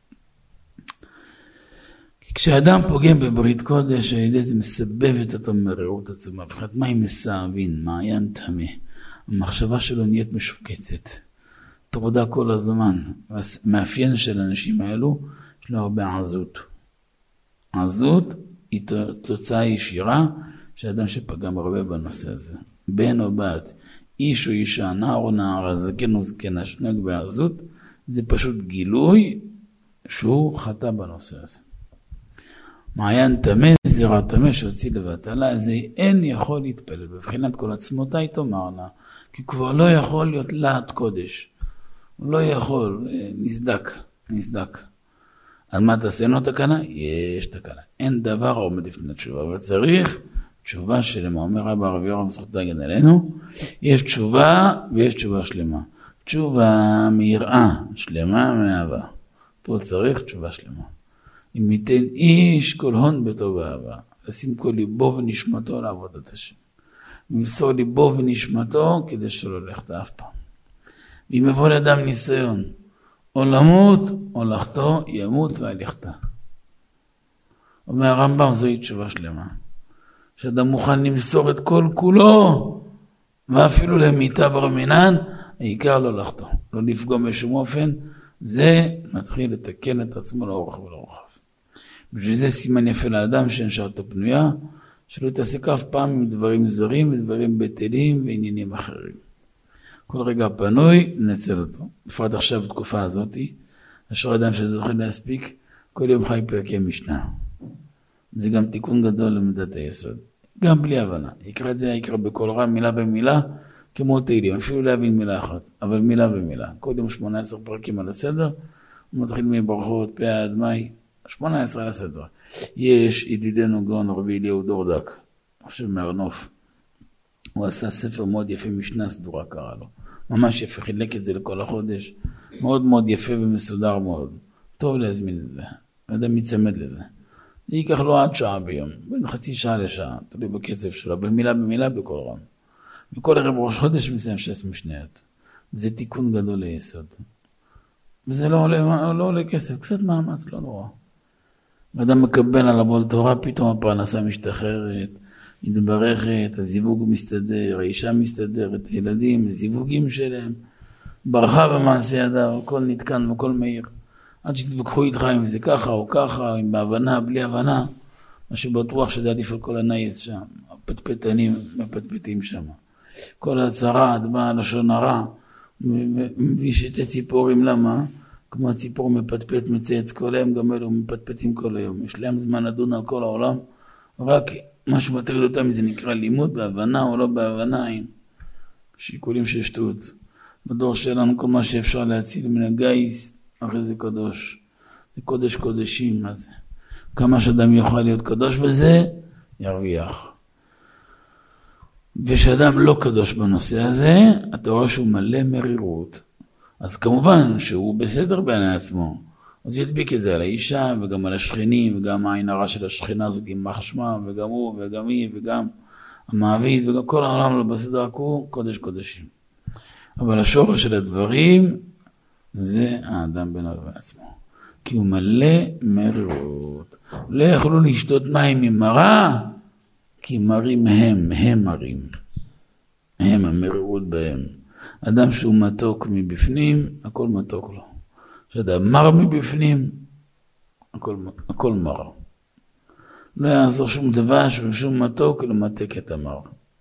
כי כשאדם פוגם בברית קודש, הידי זה מסבבת אותו מרעות עצומה. בחינת מים מסעבין, מעיין תמה. המחשבה שלו נהיית משוקצת. תרודה כל הזמן. המאפיין של האנשים האלו, יש לו הרבה עזות. עזות היא תוצאה ישירה של אדם שפגם הרבה בנושא הזה. בן או בת, איש או אישה, נער או נערה, זקן או זקנה, שנוהג בעזות, זה פשוט גילוי שהוא חטא בנושא הזה. מעיין תמה, זרע תמה שהוציא לבטלה, זה אין יכול להתפלל. בבחינת כל עצמותי תאמרנה, כי כבר לא יכול להיות להט קודש. הוא לא יכול, נסדק, נסדק. על מה תעשה? אין לו תקנה? יש תקנה. אין דבר העומד לפני תשובה, אבל צריך תשובה שלמה. אומר רבי הרב יורם זכות להגן עלינו, יש תשובה ויש תשובה שלמה. תשובה מיראה, שלמה מאהבה. פה צריך תשובה שלמה. אם ייתן איש כל הון ביתו באהבה, לשים כל ליבו ונשמתו לעבודת השם. ומסור ליבו ונשמתו כדי שלא ללכת אף פעם. ואם יבוא לאדם ניסיון, או למות או לחטוא, ימות והלכתה. אומר הרמב"ם, זוהי תשובה שלמה. שאדם מוכן למסור את כל כולו, ואפילו למיטה ברמינן, העיקר לא לחטוא. לא לפגום בשום אופן, זה מתחיל לתקן את עצמו לאורך ולרוחב. בשביל זה סימן יפה לאדם שאין שעתו פנויה, שלא יתעסק אף פעם עם דברים זרים ודברים בטלים ועניינים אחרים. כל רגע פנוי, ננצל אותו. בפרט עכשיו בתקופה הזאת, אשר אדם שזוכה להספיק, כל יום חי פרקי משנה. זה גם תיקון גדול למידת היסוד. גם בלי הבנה. יקרא את זה, יקרא בכל רע, מילה במילה, כמו תהילים. אפילו להבין מילה אחת, אבל מילה במילה. כל יום שמונה עשרה פרקים על הסדר, הוא מתחיל מברכות, פה עד מאי, שמונה עשרה על הסדר. יש ידידנו גאון רבי אליהו דורדק, עכשיו מארנוף. הוא עשה ספר מאוד יפה, משנה סדורה קרא לו. ממש יפה, חילק את זה לכל החודש. מאוד מאוד יפה ומסודר מאוד. טוב להזמין את זה. לא יודע מי צמד לזה. זה ייקח לו עד שעה ביום. בין חצי שעה לשעה. תלוי בקצב שלו. במילה במילה בכל רם. וכל ערב ראש חודש מסיים שש משניות. זה תיקון גדול ליסוד. וזה לא עולה, לא עולה כסף. קצת מאמץ, לא נורא. אדם מקבל על הבול תורה, פתאום הפרנסה משתחררת. מתברכת, הזיווג מסתדר, האישה מסתדרת, הילדים, הזיווגים שלהם, ברכה במעשה ידיו, הכל נתקן וכל מהיר. עד שתתווכחו איתך אם זה ככה או ככה, אם בהבנה, בלי הבנה, מה שבטוח שזה עדיף על כל הנייס שם, הפטפטנים מפטפטים שם. כל הצהרה, הדבעה, לשון הרע, מביא שתי ציפורים, למה? כמו הציפור מפטפט מצייץ כל היום, גם אלו מפטפטים כל היום. יש להם זמן לדון על כל העולם, רק מה שמטריד אותם זה נקרא לימוד בהבנה או לא בהבנה, שיקולים של שטות. בדור שלנו כל מה שאפשר להציל מן הגייס, אחרי זה קדוש. זה קודש קודשים, מה זה? כמה שאדם יוכל להיות קדוש בזה, ירוויח. ושאדם לא קדוש בנושא הזה, אתה רואה שהוא מלא מרירות. אז כמובן שהוא בסדר בעיני עצמו. אז ידביק את זה על האישה וגם על השכנים וגם העין הרע של השכנה הזאת עם מחשמה וגם הוא וגם היא וגם המעביד וגם כל העולם לא בסדר, הוא קודש קודשים. אבל השורש של הדברים זה האדם בן אדם עצמו. כי הוא מלא מרירות. לא יכולו לשתות מים ממרה, כי מרים הם, הם מרים. הם המרירות בהם. אדם שהוא מתוק מבפנים, הכל מתוק לו. שאדם מר מבפנים, הכל, הכל מר. לא יעזור שום דבש ושום מתוק, אלא מתק את המר.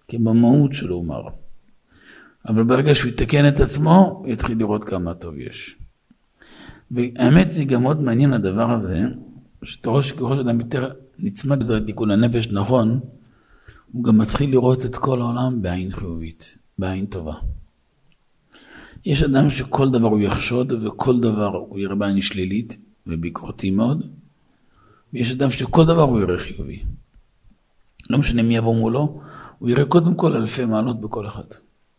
כי במהות שלו הוא מר. אבל ברגע שהוא יתקן את עצמו, הוא יתחיל לראות כמה טוב יש. והאמת זה גם מאוד מעניין הדבר הזה, שתראו שככל שאדם יותר נצמד לתיקון הנפש נכון, הוא גם מתחיל לראות את כל העולם בעין חיובית, בעין טובה. יש אדם שכל דבר הוא יחשוד וכל דבר הוא יראה בעין שלילית וביקורתי מאוד, ויש אדם שכל דבר הוא יראה חיובי. לא משנה מי יבוא מולו, הוא יראה קודם כל אלפי מעלות בכל אחד.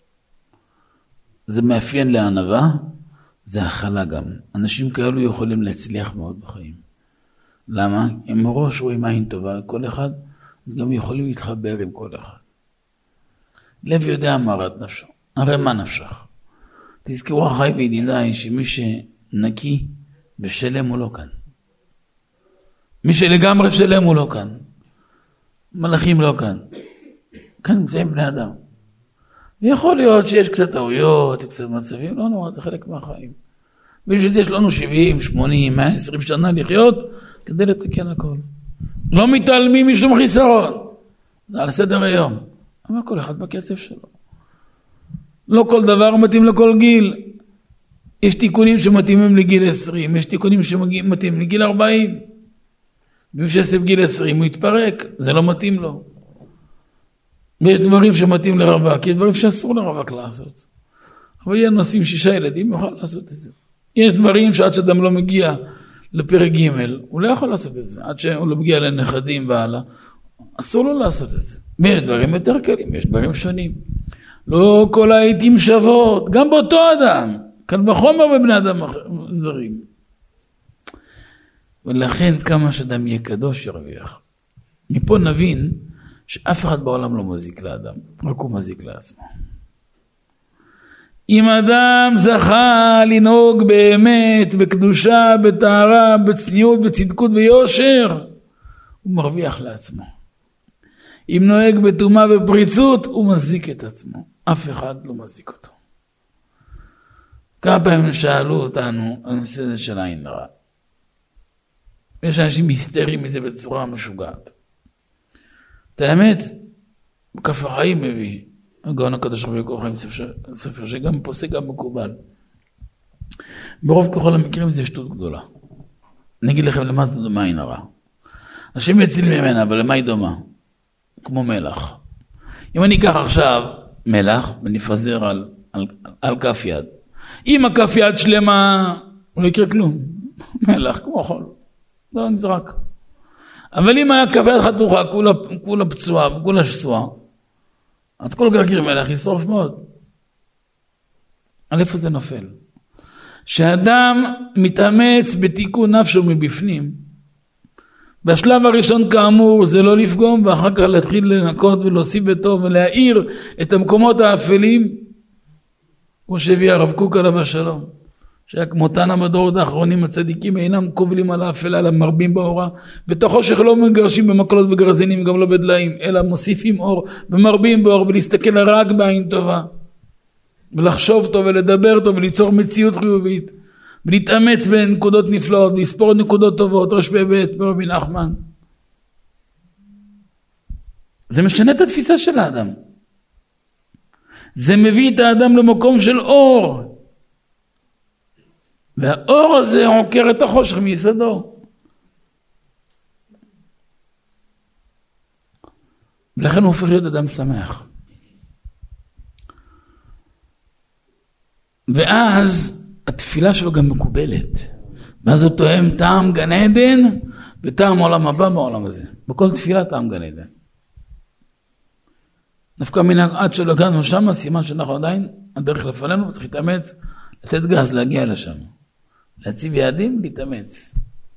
זה מאפיין לענווה, זה הכלה גם. אנשים כאלו יכולים להצליח מאוד בחיים. למה? הם מראש רואים עין טובה, כל אחד, גם יכולים להתחבר עם כל אחד. לב יודע מרת נפשו, הרי מה נפשך? תזכרו אחי וידידיי שמי שנקי בשלם הוא לא כאן. מי שלגמרי שלם הוא לא כאן. מלאכים לא כאן. כאן נמצאים בני אדם. ויכול להיות שיש קצת טעויות, קצת מצבים, לא נורא, זה חלק מהחיים. בשביל זה יש לנו שבעים, שמונים, מאה ועשרים שנה לחיות, כדי לתקן הכל. לא מתעלמים משום חיסרון. זה על סדר היום. אבל כל אחד בקצב שלו. לא כל דבר מתאים לכל גיל. יש תיקונים שמתאימים לגיל עשרים, יש תיקונים שמתאים לגיל ארבעים. ומי שעשה בגיל עשרים הוא יתפרק, זה לא מתאים לו. ויש דברים שמתאים לרווק, יש דברים שאסור לרווק לעשות. אבל יהיה נושאים שישה ילדים, הוא יכול לעשות את זה. יש דברים שעד שאדם לא מגיע לפרק ג' הוא לא יכול לעשות את זה. עד שהוא לא מגיע לנכדים והלאה, אסור לו לעשות את זה. ויש דברים יותר קלים, יש דברים שונים. לא כל העיתים שוות, גם באותו אדם. כאן בחומר בבני אדם זרים. ולכן כמה שאדם יהיה קדוש ירוויח. מפה נבין שאף אחד בעולם לא מזיק לאדם, רק הוא מזיק לעצמו. אם אדם זכה לנהוג באמת, בקדושה, בטהרה, בצניעות, בצדקות ויושר, הוא מרוויח לעצמו. אם נוהג בטומאה ופריצות, הוא מזיק את עצמו. אף אחד לא מזיק אותו. כמה פעמים שאלו אותנו על הנושא הזה של עין רע. יש אנשים היסטריים מזה בצורה משוגעת. את האמת, כף החיים מביא, הגאון הקדוש רבי יעקב חיים ספר, שגם פוסק גם מקובל. ברוב ככל המקרים זה שטות גדולה. אני אגיד לכם למה זה דומה עין הרע. השם יציל ממנה, אבל למה היא דומה? כמו מלח. אם אני אקח עכשיו מלח ונפזר על, על, על כף יד. אם הכף יד שלמה, הוא לא יקרה כלום. מלח כמו חול. לא נזרק. אבל אם היה כף יד חתוכה, כולה, כולה פצועה וכולה שסועה, אז כל גרגיר מלח ישרוף מאוד. על איפה זה נופל? שאדם מתאמץ בתיקון נפשו מבפנים, בשלב הראשון כאמור זה לא לפגום, ואחר כך להתחיל לנקות ולהוסיף בטוב ולהאיר את המקומות האפלים, כמו שהביא הרב קוק עליו השלום, שהיה כמותן המדורות האחרונים הצדיקים אינם קובלים על האפלה, אלא מרבים באורה, בתוך חושך לא מגרשים במקלות וגרזינים, גם לא בדליים, אלא מוסיפים אור ומרבים באור, ולהסתכל רק בעין טובה, ולחשוב טוב ולדבר טוב וליצור מציאות חיובית, ולהתאמץ בנקודות נפלאות, ולספור נקודות טובות, ראש בבית, ברבי נחמן. זה משנה את התפיסה של האדם. זה מביא את האדם למקום של אור. והאור הזה עוקר את החושך מיסודו. ולכן הוא הופך להיות אדם שמח. ואז התפילה שלו גם מקובלת. ואז הוא תואם טעם גן עדן וטעם עולם הבא בעולם הזה. בכל תפילה טעם גן עדן. דווקא מן עד שלא הגענו שם, סימן שאנחנו עדיין, הדרך לפנינו, צריך להתאמץ, לתת גז, להגיע לשם. להציב יעדים, להתאמץ.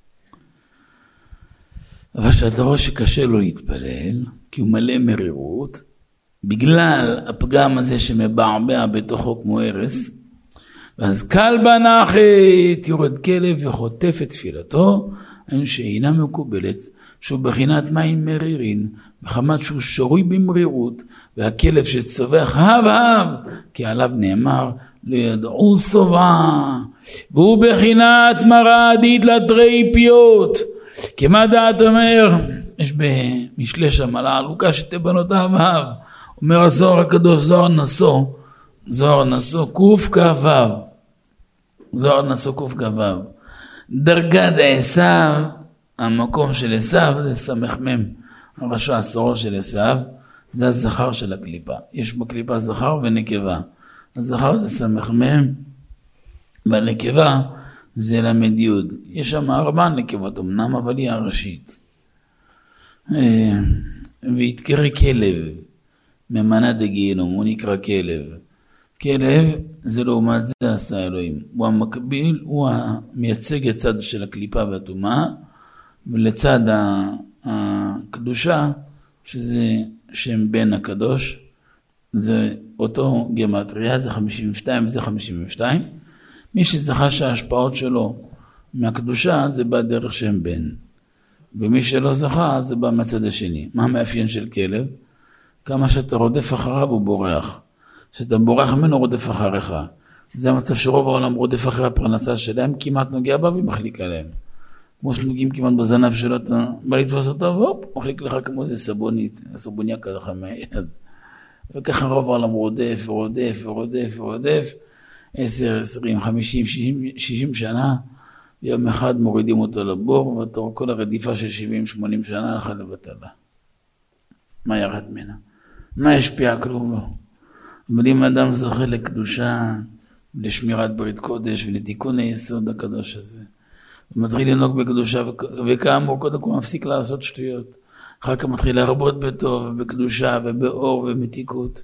אבל שהדבר שקשה לו להתפלל, כי הוא מלא מרירות, בגלל הפגם הזה שמבעבע בתוכו כמו הרס, ואז קל בנחת יורד כלב וחוטף את תפילתו, היינו שאינה מקובלת, שהוא בחינת מים מרירין, וחמת שהוא שרוי במרירות, והכלב שצווח הב הב, כי עליו נאמר, לידעו סובה, והוא בחינת מרדית לתרי פיות, כמה דעת אומר, יש במשלי שם על העלוקה שתי בנות הב הב, אומר הזוהר הקדוש, זוהר נשוא, זוהר נשוא קוף כ"ו, זוהר נשוא קוף כ"ו. דרגת עשיו, המקום של עשיו זה סמ"ם, הרשע הסורו של עשיו, זה הזכר של הקליפה. יש בקליפה זכר ונקבה. הזכר זה סמ"ם, והנקבה זה למד יוד. יש שם ארבע נקבות אמנם, אבל היא הראשית. ויתקרא כלב, ממנה דגיהנום, הוא נקרא כלב. כלב זה לעומת זה עשה אלוהים. הוא המקביל, הוא המייצג הצד של הקליפה והטומאה, ולצד הקדושה, שזה שם בן הקדוש, זה אותו גמטריה, זה חמישים ושתיים וזה חמישים ושתיים. מי שזכה שההשפעות שלו מהקדושה, זה בא דרך שם בן. ומי שלא זכה, זה בא מהצד השני. מה המאפיין של כלב? כמה שאתה רודף אחריו הוא בורח. שאתה בורח ממנו רודף אחריך. זה המצב שרוב העולם רודף אחרי הפרנסה שלהם, כמעט נוגע בה ומחליק עליהם. כמו שנוגעים כמעט בזנב שלו, אתה בא לתפוס אותו, והופ, מחליק לך כמו איזה סבונית, סבוניה ככה מהיד. וככה רוב העולם רודף ורודף ורודף ורודף, עשר, עשרים, חמישים, שישים שנה, יום אחד מורידים אותו לבור, ואתה רואה כל הרדיפה של שבעים, שמונים שנה, הלכה לבטלה. מה ירד ממנה? מה השפיע? כלום לא. אבל אם אדם זוכה לקדושה, לשמירת ברית קודש ולתיקון היסוד הקדוש הזה, ומתחיל לנהוג בקדושה, וכאמור קודם כל מפסיק לעשות שטויות, אחר כך מתחיל להרבות בטוב ובקדושה ובאור ובמתיקות,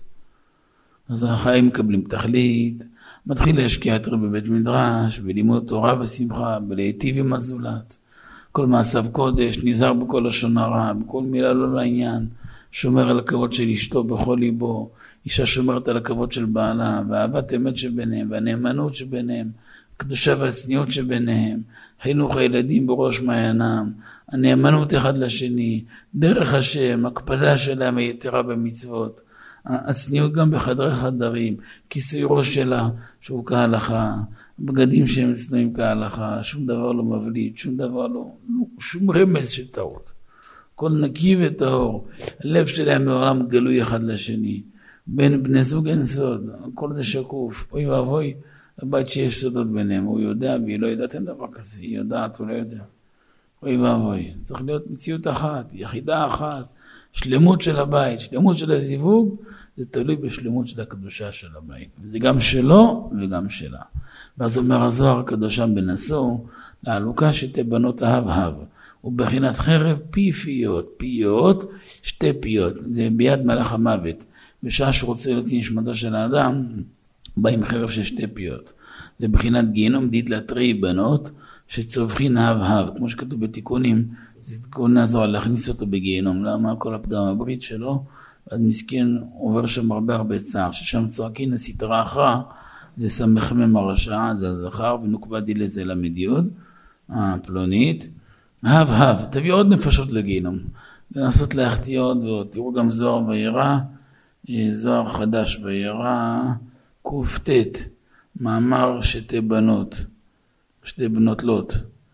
אז החיים מקבלים תכלית, מתחיל להשקיע יותר בבית מדרש, בלימוד תורה ושמחה, בלהיטיב עם הזולת, כל מעשיו קודש, נזהר בכל לשון הרע, בכל מילה לא לעניין, שומר על הכבוד של אשתו בכל ליבו, אישה שומרת על הכבוד של בעלה, והאהבת אמת שביניהם, והנאמנות שביניהם, הקדושה והצניעות שביניהם, חינוך הילדים בראש מעיינם, הנאמנות אחד לשני, דרך השם, הקפדה שלהם היתרה במצוות, הצניעות גם בחדרי חדרים, כיסוי ראש שלה שהוא כהלכה, בגדים שהם צנועים כהלכה, שום דבר לא מבליט, שום דבר לא, שום רמז של טעות. כל נקי וטהור, הלב שלהם מעולם גלוי אחד לשני, בין בני זוג אין סוד, כל זה שקוף, אוי ואבוי, הבית שיש סודות ביניהם, הוא יודע והיא לא יודעת, אין דבר כזה, היא יודעת, הוא לא יודע. אוי ואבוי, צריך להיות מציאות אחת, יחידה אחת, שלמות של הבית, שלמות של הזיווג, זה תלוי בשלמות של הקדושה של הבית. זה גם שלו וגם שלה. ואז אומר הזוהר הקדושה בנשוא, להלוקה שתי בנות אהב אהב, ובחינת חרב פי פיות, פיות, שתי פיות, זה ביד מלאך המוות. בשעה שרוצה להוציא נשמתו של האדם, בא עם חרב של שתי פיות. זה בחינת גיהנום דית לתרי בנות, שצווחין אהב אהב, כמו שכתוב בתיקונים, זה תיקון הזוהר להכניס אותו בגיהנום, למה כל הפגם הברית שלו, אז מסכן עובר שם הרבה הרבה צער, ששם צועקין הסתרה אחרא, זה סמ"ם הרשע, זה הזכר, ונוקבה דילה זה למד יוד, הפלונית, אהב אהב, תביא עוד נפשות לגיהנום, לנסות להחטיא עוד ועוד, תראו גם זוהר וירא, זוהר חדש וירא, קופטט, מאמר שתי בנות, שתי בנות לוט,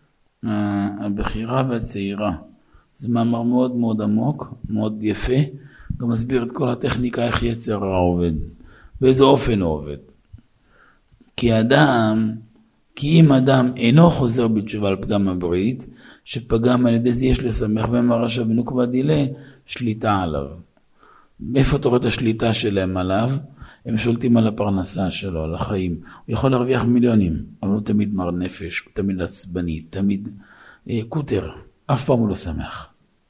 הבחירה והצעירה, זה מאמר מאוד מאוד עמוק, מאוד יפה, גם מסביר את כל הטכניקה איך יצר הרע עובד, באיזה אופן הוא עובד. כי אדם, כי אם אדם אינו חוזר בתשובה על פגם הברית, שפגם על ידי זה יש לשמח בהם הרשע ונוקבה דילה, שליטה עליו. מאיפה אתה רואה את השליטה שלהם עליו? הם שולטים על הפרנסה שלו, על החיים. הוא יכול להרוויח מיליונים, אבל הוא תמיד מר נפש, הוא תמיד עצבני, תמיד אה, קוטר, אף פעם הוא לא שמח.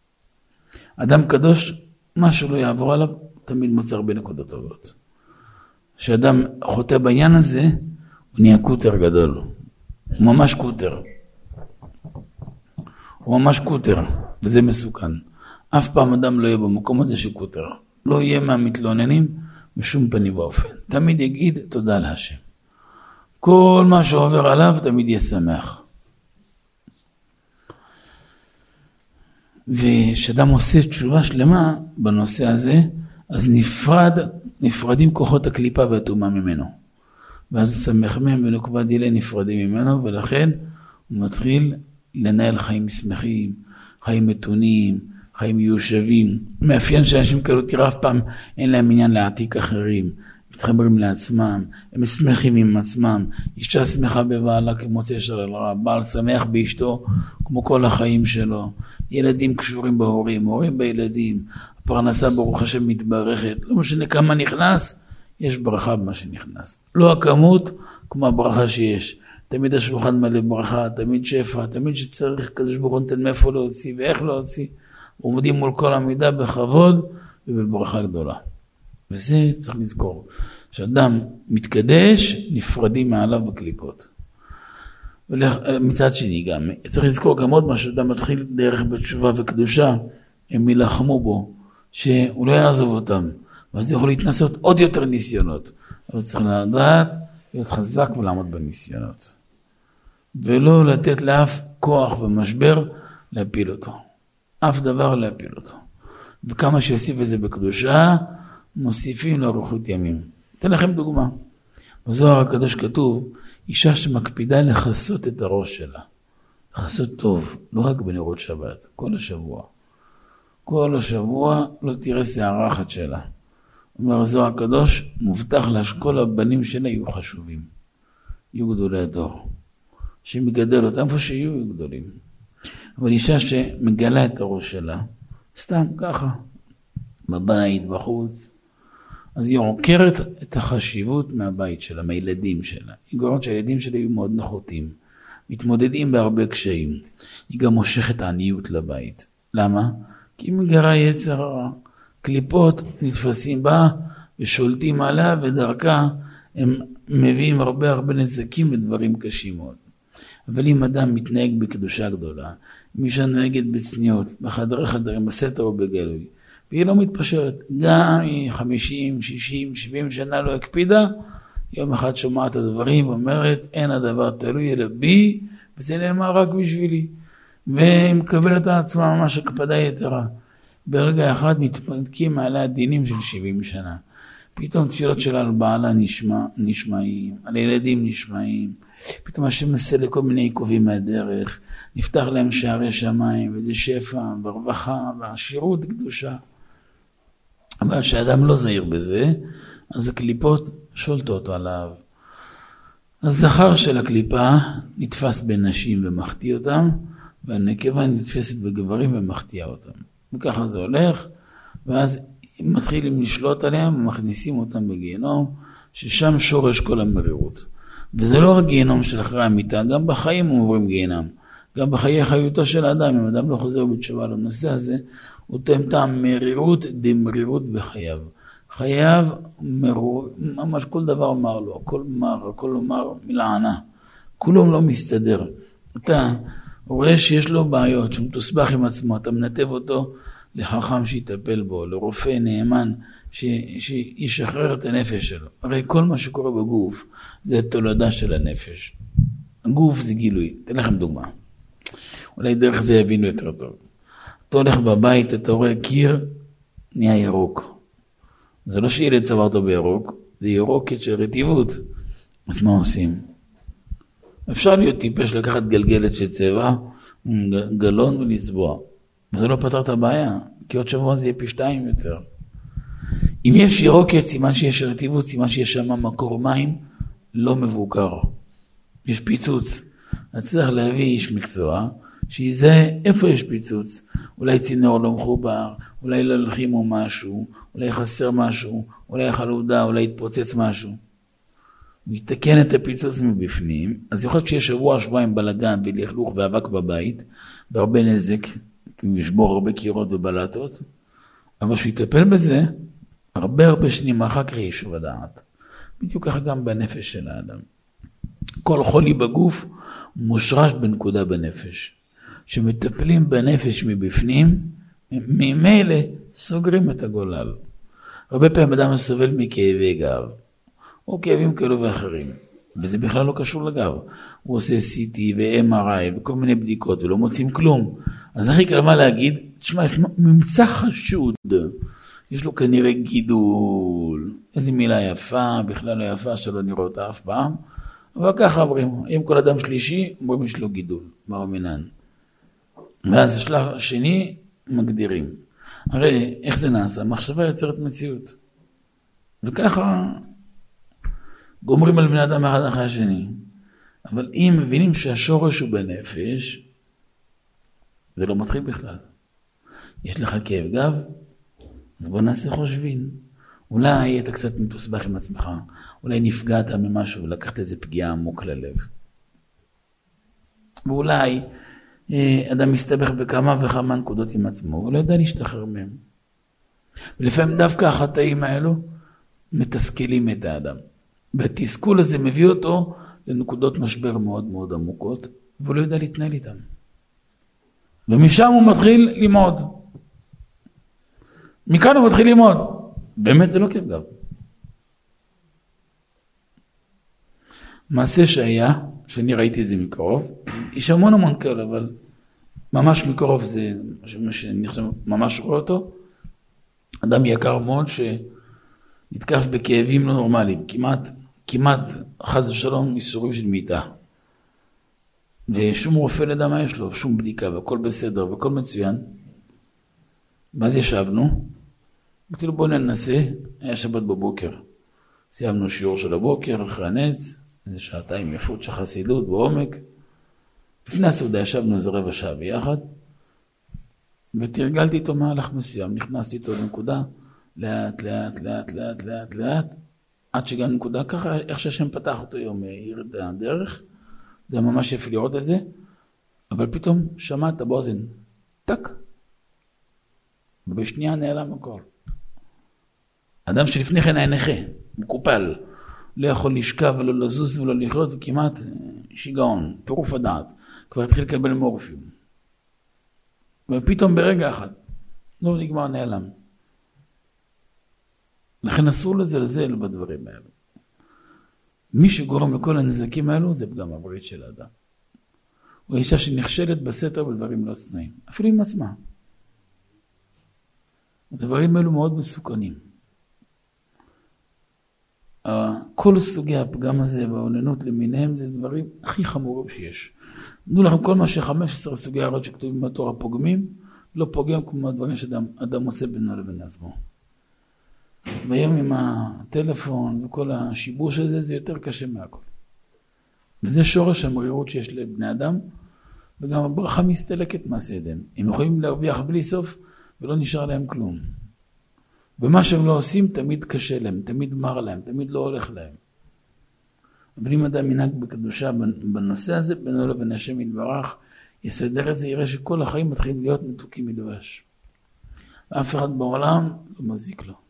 אדם קדוש, מה שלא יעבור עליו, תמיד מוצא הרבה נקודות טובות. כשאדם חוטא בעניין הזה, הוא נהיה קוטר גדול. הוא ממש קוטר. הוא ממש קוטר, וזה מסוכן. אף פעם אדם לא יהיה במקום הזה של קוטר. לא יהיה מהמתלוננים בשום פנים ואופן. תמיד יגיד תודה להשם. כל מה שעובר עליו תמיד יהיה שמח. ושאדם עושה תשובה שלמה בנושא הזה, אז נפרד, נפרדים כוחות הקליפה והטומאה ממנו. ואז סמ"ם ונוקבה דילה נפרדים ממנו, ולכן הוא מתחיל לנהל חיים שמחים, חיים מתונים, חיים מיושבים. מאפיין שאנשים כאלו, תראה אף פעם אין להם עניין להעתיק אחרים. מתחברים לעצמם, הם שמחים עם עצמם. אישה שמחה בבעלה כמוצא של הרע, בעל שמח באשתו כמו כל החיים שלו. ילדים קשורים בהורים, הורים בילדים. הפרנסה ברוך השם מתברכת. לא משנה כמה נכנס, יש ברכה במה שנכנס. לא הכמות כמו הברכה שיש. תמיד השולחן מלא ברכה, תמיד שפע, תמיד שצריך קדוש ברוך הוא נותן מאיפה להוציא ואיך להוציא. עומדים מול כל המידה בכבוד ובברכה גדולה. וזה צריך לזכור. כשאדם מתקדש, נפרדים מעליו בקליפות. ומצד שני גם, צריך לזכור גם עוד משהו, אדם מתחיל דרך בתשובה וקדושה, הם ילחמו בו, שהוא לא יעזוב אותם, ואז יכול להתנסות עוד יותר ניסיונות. אבל צריך לדעת, להיות חזק ולעמוד בניסיונות. ולא לתת לאף כוח ומשבר להפיל אותו. אף דבר להפיל אותו. וכמה שיוסיף את זה בקדושה, מוסיפים לאריכות ימים. אתן לכם דוגמה. בזוהר הקדוש כתוב, אישה שמקפידה לחסות את הראש שלה. לחסות טוב, לא רק בנרות שבת, כל השבוע. כל השבוע לא תראה שערה אחת שלה. אומר הזוהר הקדוש, מובטח לה שכל הבנים שלה יהיו חשובים. יהיו גדולי הדור. שמגדל אותם פה שיהיו גדולים. אבל אישה שמגלה את הראש שלה, סתם ככה, בבית, בחוץ, אז היא עוקרת את החשיבות מהבית שלה, מהילדים שלה. היא גורמת שהילדים שלה יהיו מאוד נחותים, מתמודדים בהרבה קשיים. היא גם מושכת עניות לבית. למה? כי היא מגרה יצר הרע. קליפות נתפסים בה ושולטים עליה, ודרכה הם מביאים הרבה הרבה נזקים ודברים קשים מאוד. אבל אם אדם מתנהג בקדושה גדולה, מי שנוהגת בצניעות, בחדרי חדרים, בסתר או בגלוי, והיא לא מתפשרת, גם היא חמישים, שישים, שבעים שנה לא הקפידה, יום אחד שומעת את הדברים ואומרת, אין הדבר תלוי אלא בי, וזה נאמר רק בשבילי. והיא מקבלת את עצמה ממש הקפדה יתרה. ברגע אחד מתפנקים מעלה הדינים של שבעים שנה. פתאום תפילות שלה על בעלה נשמע, נשמעים, על ילדים נשמעים. פתאום השם מנסה לכל מיני עיכובים מהדרך. נפתח להם שערי שמיים, וזה שפע, ברווחה, והשירות קדושה. אבל כשאדם לא זהיר בזה, אז הקליפות שולטות עליו. הזכר של הקליפה נתפס בנשים ומחטיא אותם, והנקבה נתפסת בגברים ומחטיאה אותם. וככה זה הולך, ואז מתחילים לשלוט עליהם ומכניסים אותם בגיהנום, ששם שורש כל המרירות. וזה לא רק גיהנום של אחרי המיטה, גם בחיים הם עוברים גיהנם. גם בחיי חיותו של האדם, אם אדם לא חוזר בתשובה לנושא הזה, הוא תואם את המרירות דמרירות בחייו. חייו מרור, ממש כל דבר מר לו, הכל מר, הכל מר מלענה. כולם לא מסתדר. אתה רואה שיש לו בעיות, שהוא מתוסבך עם עצמו, אתה מנתב אותו לחכם שיטפל בו, לרופא נאמן ש... שישחרר את הנפש שלו. הרי כל מה שקורה בגוף זה תולדה של הנפש. הגוף זה גילוי. אתן לכם דוגמה. אולי דרך זה יבינו יותר טוב. אתה הולך בבית, אתה רואה קיר, נהיה ירוק. זה לא שילד צבע אותו בירוק, זה ירוקת של רטיבות. אז מה עושים? אפשר להיות טיפש לקחת גלגלת של צבע, גלון ולצבוע. זה לא פתר את הבעיה, כי עוד שבוע זה יהיה פי שתיים יותר. אם יש ירוקת, סימן שיש רטיבות, סימן שיש שם מקור מים, לא מבוקר. יש פיצוץ. אז צריך להביא איש מקצוע, שזה איפה יש פיצוץ. אולי צינור לא מחובר, אולי לא הלחימו משהו, אולי חסר משהו, אולי חלודה, אולי התפוצץ משהו. הוא יתקן את הפיצוץ מבפנים, אז יכול להיות שיש שבוע, שבועיים בלגן ולכלוך ואבק בבית, בהרבה נזק, הוא ישבור הרבה קירות ובלטות, אבל שהוא יטפל בזה, הרבה הרבה שנים אחר כך יישוב הדעת. בדיוק ככה גם בנפש של האדם. כל חולי בגוף מושרש בנקודה בנפש. שמטפלים בנפש מבפנים, ממילא סוגרים את הגולל. הרבה פעמים אדם סובל מכאבי גב, או כאבים כאלו ואחרים, וזה בכלל לא קשור לגב. הוא עושה סי טי ו-אם אר איי וכל מיני בדיקות ולא מוצאים כלום. אז הכי קל מה להגיד, תשמע, יש ממצא חשוד, יש לו כנראה גידול, איזו מילה יפה, בכלל לא יפה שלא נראה אותה אף פעם, אבל ככה אומרים, אם כל אדם שלישי, אומרים יש לו גידול, מר מינן. ואז השלב השני, מגדירים. הרי איך זה נעשה? מחשבה יוצרת מציאות. וככה גומרים על בני אדם אחד אחרי השני. אבל אם מבינים שהשורש הוא בנפש, זה לא מתחיל בכלל. יש לך כאב גב, אז בוא נעשה חושבין. אולי אתה קצת מתוסבך עם עצמך, אולי נפגעת ממשהו ולקחת איזה פגיעה עמוק ללב. ואולי אדם מסתבך בכמה וכמה נקודות עם עצמו, הוא לא יודע להשתחרר מהם. ולפעמים דווקא החטאים האלו מתסכלים את האדם. והתסכול הזה מביא אותו לנקודות משבר מאוד מאוד עמוקות, והוא לא יודע להתנהל איתם. ומשם הוא מתחיל ללמוד. מכאן הוא מתחיל ללמוד. באמת זה לא כיף גב. מעשה שהיה, שאני ראיתי את זה מקרוב, יש המון המון כאלה, אבל ממש מקרוב זה, שאני חושב, ממש רואה אותו, אדם יקר מאוד שנתקף בכאבים לא נורמליים, כמעט, כמעט חס ושלום איסורים של מיטה. ושום רופא לדע מה יש לו, שום בדיקה, והכל בסדר, והכל מצוין. ואז ישבנו, אמרתי לו בוא ננסה, היה שבת בבוקר. סיימנו שיעור של הבוקר, אחרי הנץ, איזה שעתיים יפות של חסידות בעומק. לפני הסעודה ישבנו איזה רבע שעה ביחד, ותרגלתי איתו מהלך מסוים, נכנסתי איתו לנקודה, לאט, לאט, לאט, לאט, לאט, לאט, עד שגם נקודה ככה, איך שהשם פתח אותו יום, העיר את הדרך, זה ממש יפה לראות את זה, אבל פתאום שמעת באוזן, טק, ובשנייה נעלם הכל. אדם שלפני כן היה נכה, מקופל, לא יכול לשכב ולא לזוז ולא לחיות, וכמעט שיגעון, טירוף הדעת, כבר התחיל לקבל מורפיום. ופתאום ברגע אחד, לא נגמר נעלם. לכן אסור לזלזל בדברים האלו. מי שגורם לכל הנזקים האלו זה פגם הברית של האדם. הוא אישה שנכשלת בסתר בדברים לא צנועים, אפילו עם עצמה. הדברים האלו מאוד מסוכנים. כל סוגי הפגם הזה והעוננות למיניהם זה דברים הכי חמורים שיש. תנו לכם כל מה ש-חמש עשרה סוגי הרעות שכתובים בתורה פוגמים, לא פוגם כמו הדברים שאדם עושה בינו לבין עצמו. והיום עם הטלפון וכל השיבוש הזה זה יותר קשה מהכל. וזה שורש המרירות שיש לבני אדם, וגם הברכה מסתלקת מעשה ידיהם. הם יכולים להרוויח בלי סוף ולא נשאר להם כלום. ומה שהם לא עושים תמיד קשה להם, תמיד מר להם, תמיד לא הולך להם. אבל אם אדם ינהג בקדושה בנושא הזה, בינו לבין השם יתברך, יסדר את זה, יראה שכל החיים מתחילים להיות מתוקים מדבש. אף אחד בעולם לא מזיק לו.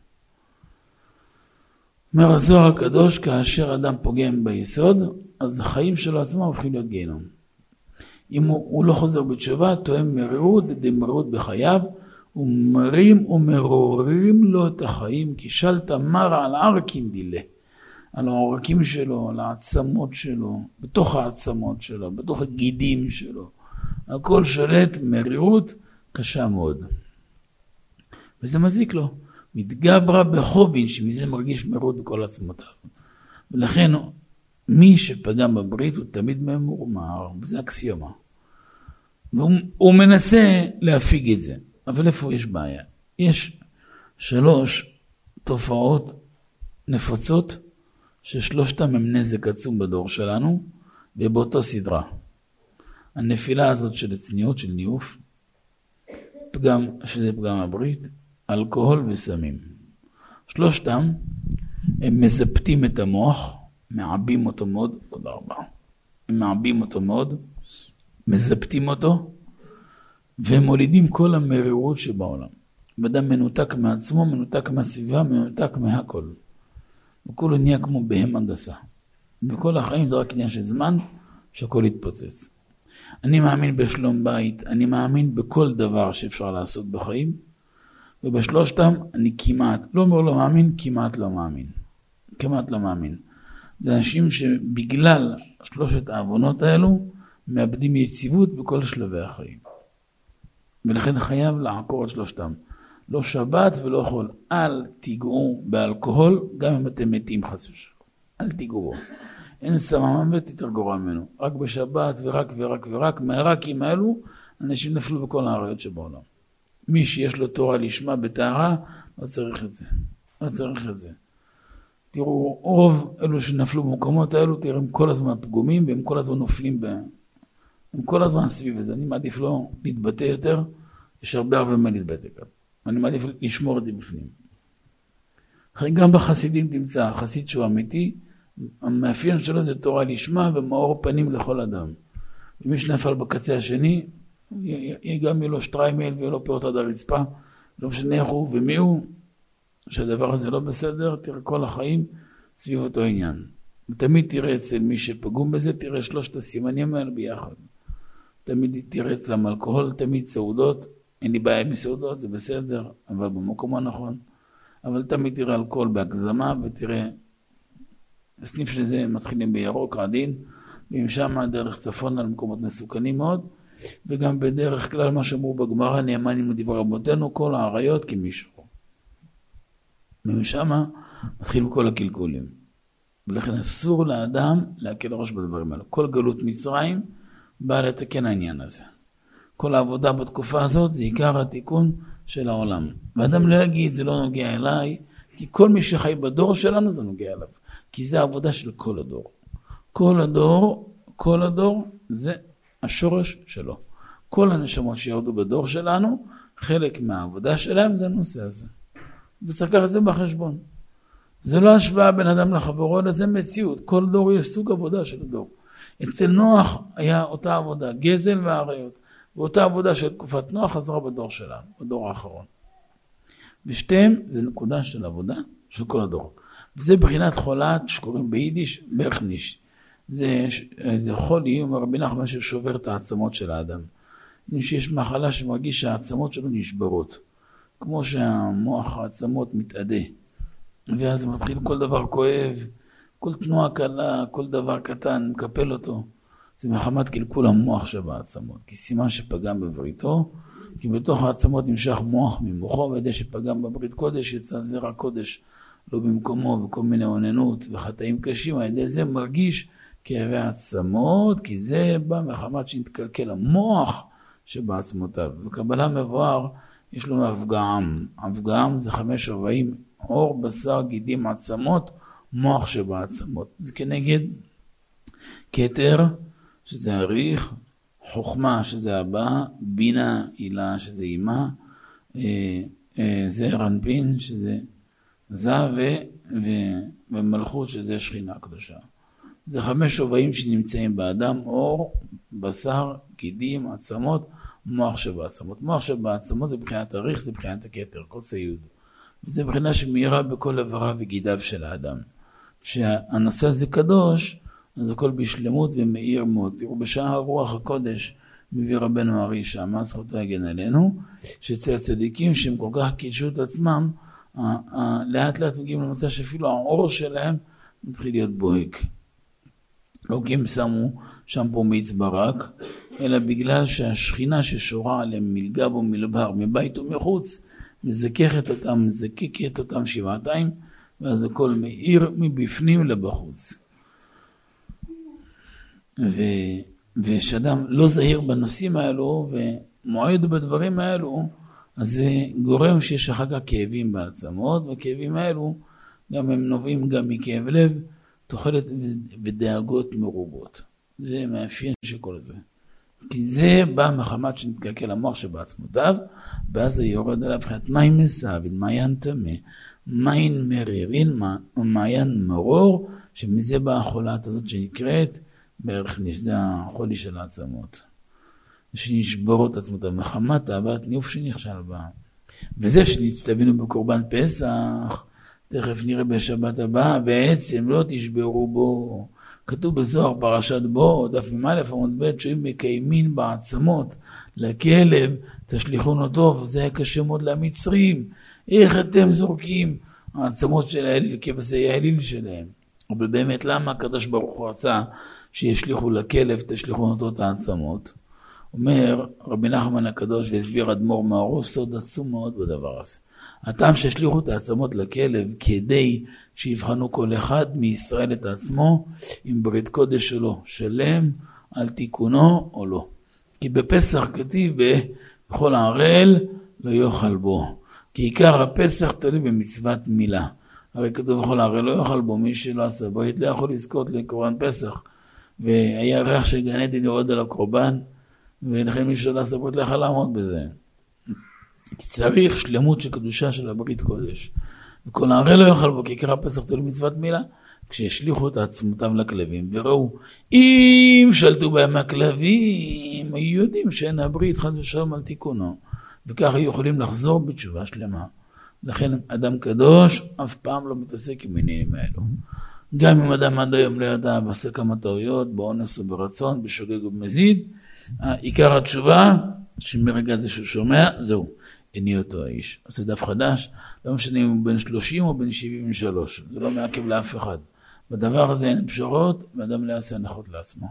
אומר הזוהר הקדוש, כאשר אדם פוגם ביסוד, אז החיים שלו עצמו הופכים להיות גיהנום. אם הוא, הוא לא חוזר בתשובה, תואם מרירות, דמרירות בחייו, ומרים ומרורים לו את החיים, כי שלת מרה על ערקים דילה. על העורקים שלו, על העצמות שלו, בתוך העצמות שלו, בתוך הגידים שלו. הכל שולט מרירות קשה מאוד. וזה מזיק לו. מתגברה בחובין, שמזה מרגיש מרירות בכל עצמותיו. ולכן מי שפגם בברית הוא תמיד ממורמר, וזה אקסיומה. והוא מנסה להפיג את זה. אבל איפה יש בעיה? יש שלוש תופעות נפוצות, ששלושתם הם נזק עצום בדור שלנו, ובאותו סדרה. הנפילה הזאת של הצניעות, של ניאוף, פגם, שזה פגם הברית, אלכוהול וסמים. שלושתם, הם מזפתים את המוח, מעבים אותו מאוד, עוד ארבע. הם מעבים אותו מאוד, מזפתים אותו, ומולידים כל המרירות שבעולם. אדם מנותק מעצמו, מנותק מהסביבה, מנותק מהכל. וכולו נהיה כמו בהמה גסה. בכל החיים זה רק עניין של זמן, שהכל יתפוצץ. אני מאמין בשלום בית, אני מאמין בכל דבר שאפשר לעשות בחיים, ובשלושתם אני כמעט, לא אומר לא מאמין, כמעט לא מאמין. כמעט לא מאמין. זה אנשים שבגלל שלושת העוונות האלו, מאבדים יציבות בכל שלבי החיים. ולכן חייב לעקור את שלושתם. לא שבת ולא חול. אל תיגעו באלכוהול, גם אם אתם מתים חס ושלום. אל תיגעו. אין סממן ותתר גרוע ממנו. רק בשבת ורק ורק ורק, מהרקים האלו, אנשים נפלו בכל העריות שבעולם. מי שיש לו תורה לשמה בטהרה, לא צריך את זה. לא צריך את זה. תראו, רוב אלו שנפלו במקומות האלו, תראו, הם כל הזמן פגומים, והם כל הזמן נופלים בהם. הם כל הזמן סביב זה. אני מעדיף לא להתבטא יותר, יש הרבה הרבה מה להתבטא כאן. אני מעדיף לשמור את זה בפנים. גם בחסידים תמצא, החסיד שהוא אמיתי, המאפיין שלו זה תורה לשמה ומאור פנים לכל אדם. ומי שנפל בקצה השני, גם יהיה לו שטריימל ויהיה לו פאות עד הרצפה, לא משנה איך הוא ומי הוא, שהדבר הזה לא בסדר, תראה כל החיים סביב אותו עניין. ותמיד תראה אצל מי שפגום בזה, תראה שלושת הסימנים האלה ביחד. תמיד תראה אצלם אלכוהול, תמיד סעודות, אין לי בעיה מסעודות, זה בסדר, אבל במקום הנכון. אבל תמיד תראה אלכוהול בהגזמה, ותראה, הסניף של זה מתחילים בירוק, עדין, ומשם דרך צפון על מקומות מסוכנים מאוד, וגם בדרך כלל מה שאמרו בגמרא, נאמנים לדברי רבותינו, כל העריות כמישהו. ומשם מתחילים כל הקלקולים. ולכן אסור לאדם להקל ראש בדברים האלה. כל גלות מצרים באה לתקן העניין הזה. כל העבודה בתקופה הזאת זה עיקר התיקון של העולם. ואדם לא יגיד, זה לא נוגע אליי, כי כל מי שחי בדור שלנו זה נוגע אליו. כי זה העבודה של כל הדור. כל הדור, כל הדור זה השורש שלו. כל הנשמות שירדו בדור שלנו, חלק מהעבודה שלהם זה הנושא הזה. וצריך את זה בחשבון. זה לא השוואה בין אדם לחברו, אלא זה מציאות. כל דור יש סוג עבודה של הדור. אצל נוח היה אותה עבודה, גזל והעריות. ואותה עבודה של תקופת נוח חזרה בדור שלנו, בדור האחרון. ושתיהם זה נקודה של עבודה של כל הדור. וזה בחינת חולת שקוראים ביידיש מרחניש. זה, זה חולי, אומר רבי נחמן ששובר את העצמות של האדם. שיש מחלה שמרגיש שהעצמות שלו נשברות. כמו שהמוח העצמות מתעדה. ואז מתחיל כל דבר כואב, כל תנועה קלה, כל דבר קטן, מקפל אותו. זה מחמת קלקול המוח שבעצמות. כי סימן שפגם בבריתו, כי בתוך העצמות נמשך מוח ממוחו, וידי שפגם בברית קודש יצא זרע קודש לא במקומו, וכל מיני עוננות וחטאים קשים, על ידי זה מרגיש כאבי עצמות, כי זה בא מחמת שנתקלקל המוח שבעצמותיו. וקבלה מבואר, יש לנו אבגעם. אבגעם זה חמש רבעים, אור, בשר, גידים, עצמות, מוח שבעצמות. זה כנגד כתר, שזה אריך, חוכמה, שזה הבא, בינה, הילה, שזה אימה, זעיר אנפין, שזה זה, ומלכות, שזה שכינה הקדושה. זה חמש רבעים שנמצאים באדם, אור, בשר, גידים, עצמות, מוח שבעצמות. מוח שבעצמות זה בחינת אריך, זה בחינת הכתר, קוצה יוד. וזה בחינה שמאירה בכל עבריו וגידיו של האדם. כשהנושא הזה קדוש, אז הכל בשלמות ומאיר מאוד. תראו, בשעה הרוח הקודש מביא רבנו הרישה, מה זכותו יגן עלינו, שאצל הצדיקים שהם כל כך קידשו את עצמם, לאט לאט מגיעים למצב שאפילו האור שלהם מתחיל להיות בוהק. לא כי הם שמו שם פה מיץ ברק, אלא בגלל שהשכינה ששורה עליהם מלגב או מלבר, מבית ומחוץ, מזככת אותם, מזקקת אותם שבעתיים, ואז הכל מאיר מבפנים לבחוץ. ו... ושאדם לא זהיר בנושאים האלו ומועד בדברים האלו, אז זה גורם שיש אחר כך כאבים בעצמות, והכאבים האלו גם הם נובעים גם מכאב לב, תוחלת ודאגות מרובות. זה מאפיין של כל זה. כי זה בא מחמת שנתקלקל המוח שבעצמותיו, ואז זה יורד עליו בחינת מים מסעבין, מעיין טמא, מים מרירין, מעיין מרור, שמזה באה החולת הזאת שנקראת מרחניש, זה החולי של העצמות. שנשבור את עצמות המחמת, תאוות ניאוף שנכשל בה. וזה שנצטווינו בקורבן פסח, תכף נראה בשבת הבאה, בעצם לא תשברו בו. כתוב בזוהר פרשת בו, דף ממא' עמוד ב', שהיו מקיימים בעצמות לכלב, תשליכון אותו, וזה היה קשה מאוד למצרים. איך אתם זורקים העצמות של האליל, כבשי האליל שלהם? אבל באמת למה הקדוש ברוך הוא רצה שישליכו לכלב, תשליכון אותו את העצמות? אומר רבי נחמן הקדוש והסביר אדמו"ר מאורו, סוד עצום מאוד בדבר הזה. הטעם שהשליכו את העצמות לכלב כדי שיבחנו כל אחד מישראל את עצמו עם ברית קודש שלו, שלם על תיקונו או לא. כי בפסח כתיב בכל הערל לא יאכל בו. כי עיקר הפסח תלוי במצוות מילה. הרי כתוב בכל, הרי לא יאכל בו מי שלא עשה ברית, לא יכול לזכות לקורבן פסח. והיה ריח של גן עדן יורד על הקורבן, ולכן מי שלא עשה ברית לא יכול לעמוד בזה. כי צריך שלמות של קדושה של הברית קודש. וכל הרי לא יאכל בו, כי עיקר הפסח תלוי במצוות מילה. כשישליחו את עצמותם לכלבים, וראו, אם שלטו בהם הכלבים, היו יודעים שאין הברית חס ושלום על תיקונו, וכך היו יכולים לחזור בתשובה שלמה. לכן אדם קדוש אף פעם לא מתעסק עם עניינים האלו. גם אם אדם עד היום לא ידע, ועשה כמה טעויות, באונס וברצון, בשוגג ובמזיד, עיקר התשובה, שמרגע זה שהוא שומע, זהו, איני אותו האיש. עושה דף חדש, לא משנה אם הוא בן שלושים או בן שבעים ושלוש, זה לא מעכב לאף אחד. בדבר הזה אין פשרות, ואדם לא יעשה הנחות לעצמו.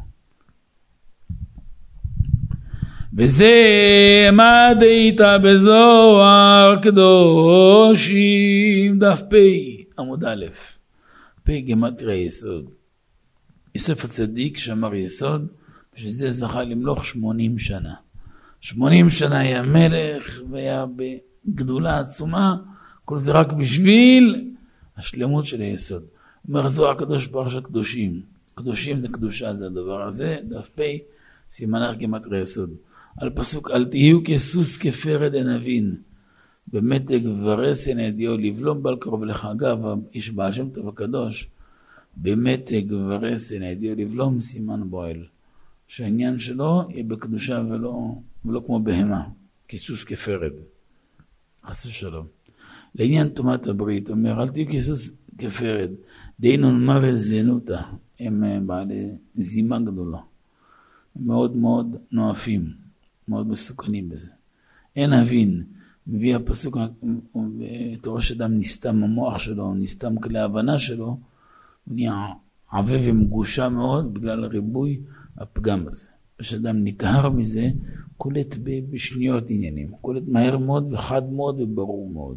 וזה מה דהית בזוהר קדושים, דף פי, עמוד א', פי גמטריה יסוד. יוסף הצדיק שאמר יסוד, בשביל זה זכה למלוך שמונים שנה. שמונים שנה היה מלך, והיה בגדולה עצומה, כל זה רק בשביל השלמות של היסוד. אומר זוהר הקדוש פרשת קדושים. קדושים זה קדושה, זה הדבר הזה, דף פי, סימן א' גמטריה יסוד. על פסוק, אל תהיו כסוס כפרד אין אבין, במתג ורסן ידיעו לבלום בל קרוב לך. אגב, איש בעל שם טוב הקדוש, במתג ורסן ידיעו לבלום סימן בועל. שהעניין שלו יהיה בקדושה ולא, ולא כמו בהמה, כסוס כפרד. חס ושלום. לעניין תומת הברית, אומר, אל תהיו כסוס כפרד, דהינון מוות זנותה, הם בעלי זימה גדולה. מאוד מאוד נואפים, מאוד מסוכנים בזה. אין אבין, מביא הפסוק, תורה שאדם נסתם המוח שלו, נסתם כלי ההבנה שלו, הוא נהיה עבה ומגושה מאוד בגלל הריבוי הפגם הזה. כשאדם נטהר מזה, קולט בשניות עניינים, קולט מהר מאוד וחד מאוד וברור מאוד.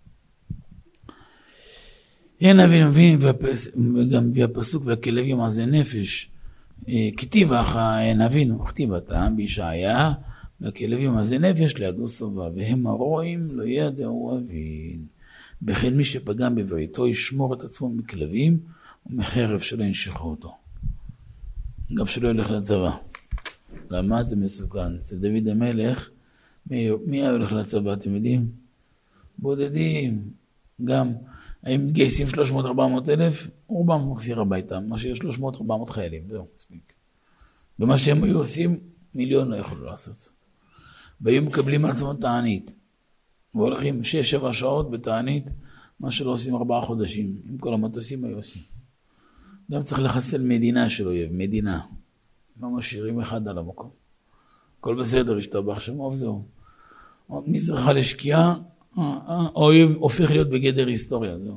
אין אבין אבין, וגם מביא הפסוק, והכלב ימעזה נפש, כתיב אחא אין אבינו, כתיב הטעם בישעיה, והכלב ימעזה נפש לידו סובה, והם הרועים לא ידעו אבין. בכן מי שפגם בבריתו ישמור את עצמו מכלבים, ומחרב שלא ינשכו אותו. גם שלא ילך לצבא. למה זה מסוכן? אצל דוד המלך, מי, מי היה הולך לצבא, אתם יודעים? בודדים. גם, האם מתגייסים שלוש מאות ארבע מאות אלף? רובם מחזיר הביתה, מה שיש שלוש מאות ארבע מאות חיילים, זהו, מספיק. ומה שהם היו עושים, מיליון לא יכולו לעשות. והיו מקבלים על עצמם תענית. והולכים שש שבע שעות בתענית, מה שלא עושים ארבעה חודשים. עם כל המטוסים היו עושים. גם צריך לחסל מדינה של אויב, מדינה. לא משאירים אחד על המקום. הכל בסדר, ישתבח שמו וזהו. מזרחה לשקיעה, האויב הופך להיות בגדר היסטוריה, זהו.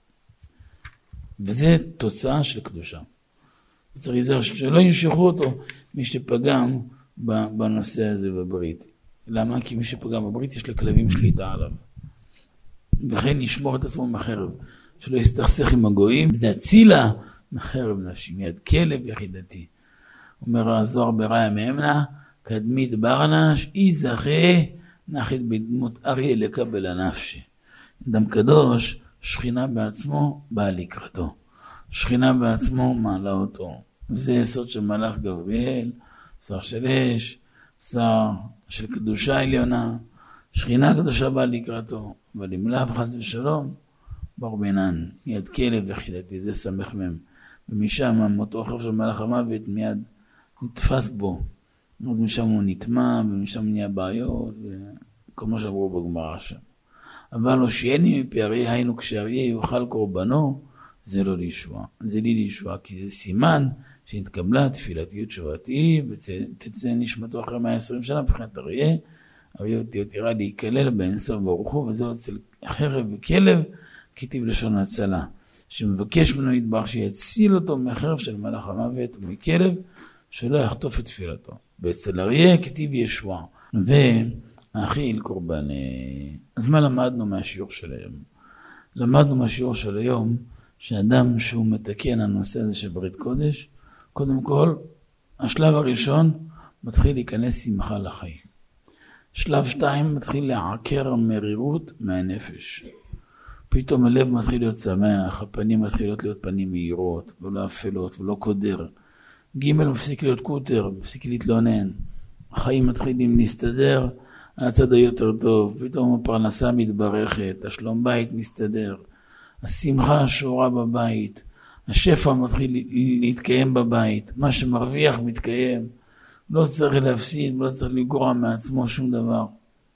וזה תוצאה של קדושה. צריך להיזהר שלא ינשכו אותו מי שפגם בנושא הזה בברית. למה? כי מי שפגם בברית יש לכלבים שליטה עליו. וכן ישמור את עצמו מחרב, שלא יסתכסך עם הגויים. זה הצילה מחרב נפשי, מיד כלב יחידתי. אומר הזוהר ברעיה מאמנה, קדמית ברנש, אי זכה נחית בדמות אריה לקבל הנפשי. אדם קדוש, שכינה בעצמו באה לקראתו. שכינה בעצמו מעלה אותו. וזה יסוד של מלאך גבריאל, שר של אש, שר של קדושה עליונה. שכינה קדושה באה לקראתו. אבל אם לאו חס ושלום, בר בינן, מיד כלב יחידתי, זה סמך מם. ומשם מותו אחר של מלאך המוות מיד נתפס בו. אז משם הוא נטמע, ומשם נהיה בעיות, וכל מה שעברו בגמרא שם. אבל לא שיהני מפי אריה, היינו כשאריה יאכל קורבנו, זה לא לישוע. זה לי לישוע, כי זה סימן שנתקבלה תפילתי ותשובתי, ותצא נשמתו אחרי מאה ועשרים שנה מבחינת אריה, אריה תירא להיכלל באינסוף ברוך הוא, וזהו אצל חרב וכלב, כתיב לשון הצלה, שמבקש ממנו יתברך שיציל אותו מחרב של מלאך המוות ומכלב, שלא יחטוף את תפילתו. ואצל אריה כתיב ישוע, והאכיל קורבן. אז מה למדנו מהשיעור של היום? למדנו מהשיעור של היום, שאדם שהוא מתקן הנושא הזה של ברית קודש, קודם כל, השלב הראשון מתחיל להיכנס שמחה לחיים. שלב שתיים מתחיל לעקר מרירות מהנפש. פתאום הלב מתחיל להיות שמח, הפנים מתחילות להיות פנים מהירות, ולא אפלות, ולא קודר. ג' מפסיק להיות קוטר, מפסיק להתלונן. החיים מתחילים להסתדר על הצד היותר טוב, פתאום הפרנסה מתברכת, השלום בית מסתדר, השמחה שורה בבית, השפע מתחיל להתקיים בבית, מה שמרוויח מתקיים, לא צריך להפסיד, לא צריך לגרוע מעצמו שום דבר.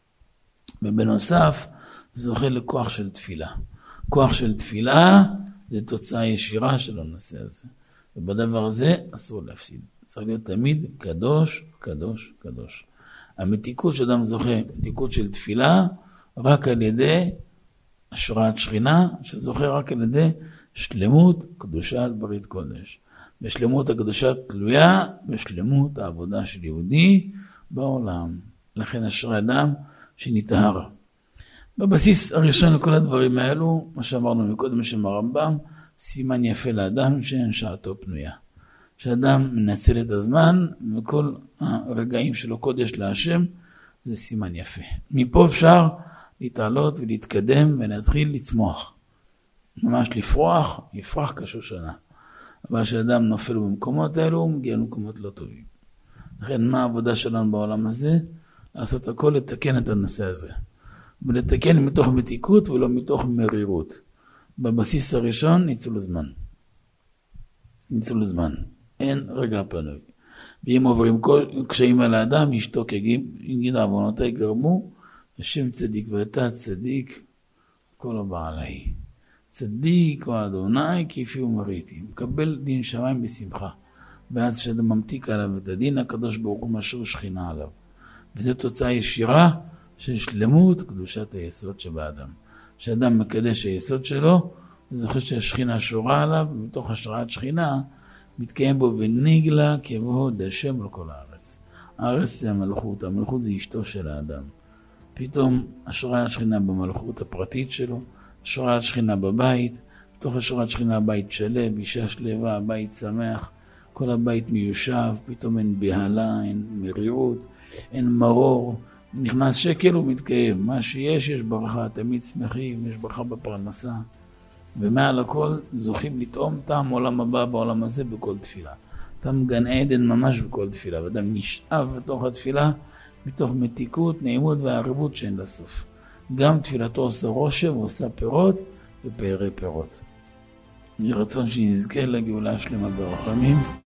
ובנוסף, זוכה לכוח של תפילה. כוח של תפילה זה תוצאה ישירה של הנושא הזה. ובדבר הזה אסור להפסיד. צריך להיות תמיד קדוש, קדוש, קדוש. המתיקות שאדם זוכה, מתיקות של תפילה, רק על ידי השראת שכינה, שזוכה רק על ידי שלמות קדושת ברית קודש. בשלמות הקדושה תלויה בשלמות העבודה של יהודי בעולם. לכן אשרי אדם שנטהר. בבסיס הראשון לכל הדברים האלו, מה שאמרנו מקודם שם הרמב"ם, סימן יפה לאדם שאין שעתו פנויה. שאדם מנצל את הזמן, וכל הרגעים שלו קודש להשם, זה סימן יפה. מפה אפשר להתעלות ולהתקדם ולהתחיל לצמוח. ממש לפרוח, יפרח כשושנה. אבל כשאדם נופל במקומות האלו, הוא מגיע למקומות לא טובים. לכן מה העבודה שלנו בעולם הזה? לעשות הכל לתקן את הנושא הזה. ולתקן מתוך מתיקות ולא מתוך מרירות. בבסיס הראשון ניצול הזמן. ניצול הזמן. אין רגע פנוי. ואם עוברים כל קשיים על האדם, ישתוק יגיד עוונותיי גרמו, השם צדיק ואתה צדיק, כל הבא עליי. צדיק או אדוני כפי ומריתי. מקבל דין שמיים בשמחה. ואז שאדם ממתיק עליו את הדין, הקדוש ברוך הוא משאיר שכינה עליו. וזו תוצאה ישירה של שלמות קדושת היסוד שבאדם. שאדם מקדש היסוד שלו, זה זוכר שהשכינה שורה עליו, ומתוך השראת שכינה, מתקיים בו ונגלה כבוד השם לכל הארץ. הארץ זה המלכות, המלכות זה אשתו של האדם. פתאום השראת שכינה במלכות הפרטית שלו, השראת שכינה בבית, בתוך השראת שכינה הבית שלב, אישה שלווה, הבית שמח, כל הבית מיושב, פתאום אין בהלה, אין מרירות, אין מרור, נכנס שקל ומתקיים, מה שיש יש ברכה, תמיד שמחים, יש ברכה בפרנסה, ומעל הכל זוכים לטעום טעם עולם הבא בעולם הזה בכל תפילה. טעם גן עדן ממש בכל תפילה, ואדם נשאב בתוך התפילה, מתוך מתיקות, נעימות והערבות שאין לסוף. גם תפילתו עושה רושם, עושה פירות ופארי פירות. יהי רצון שנזכה לגאולה שלמה ברחמים.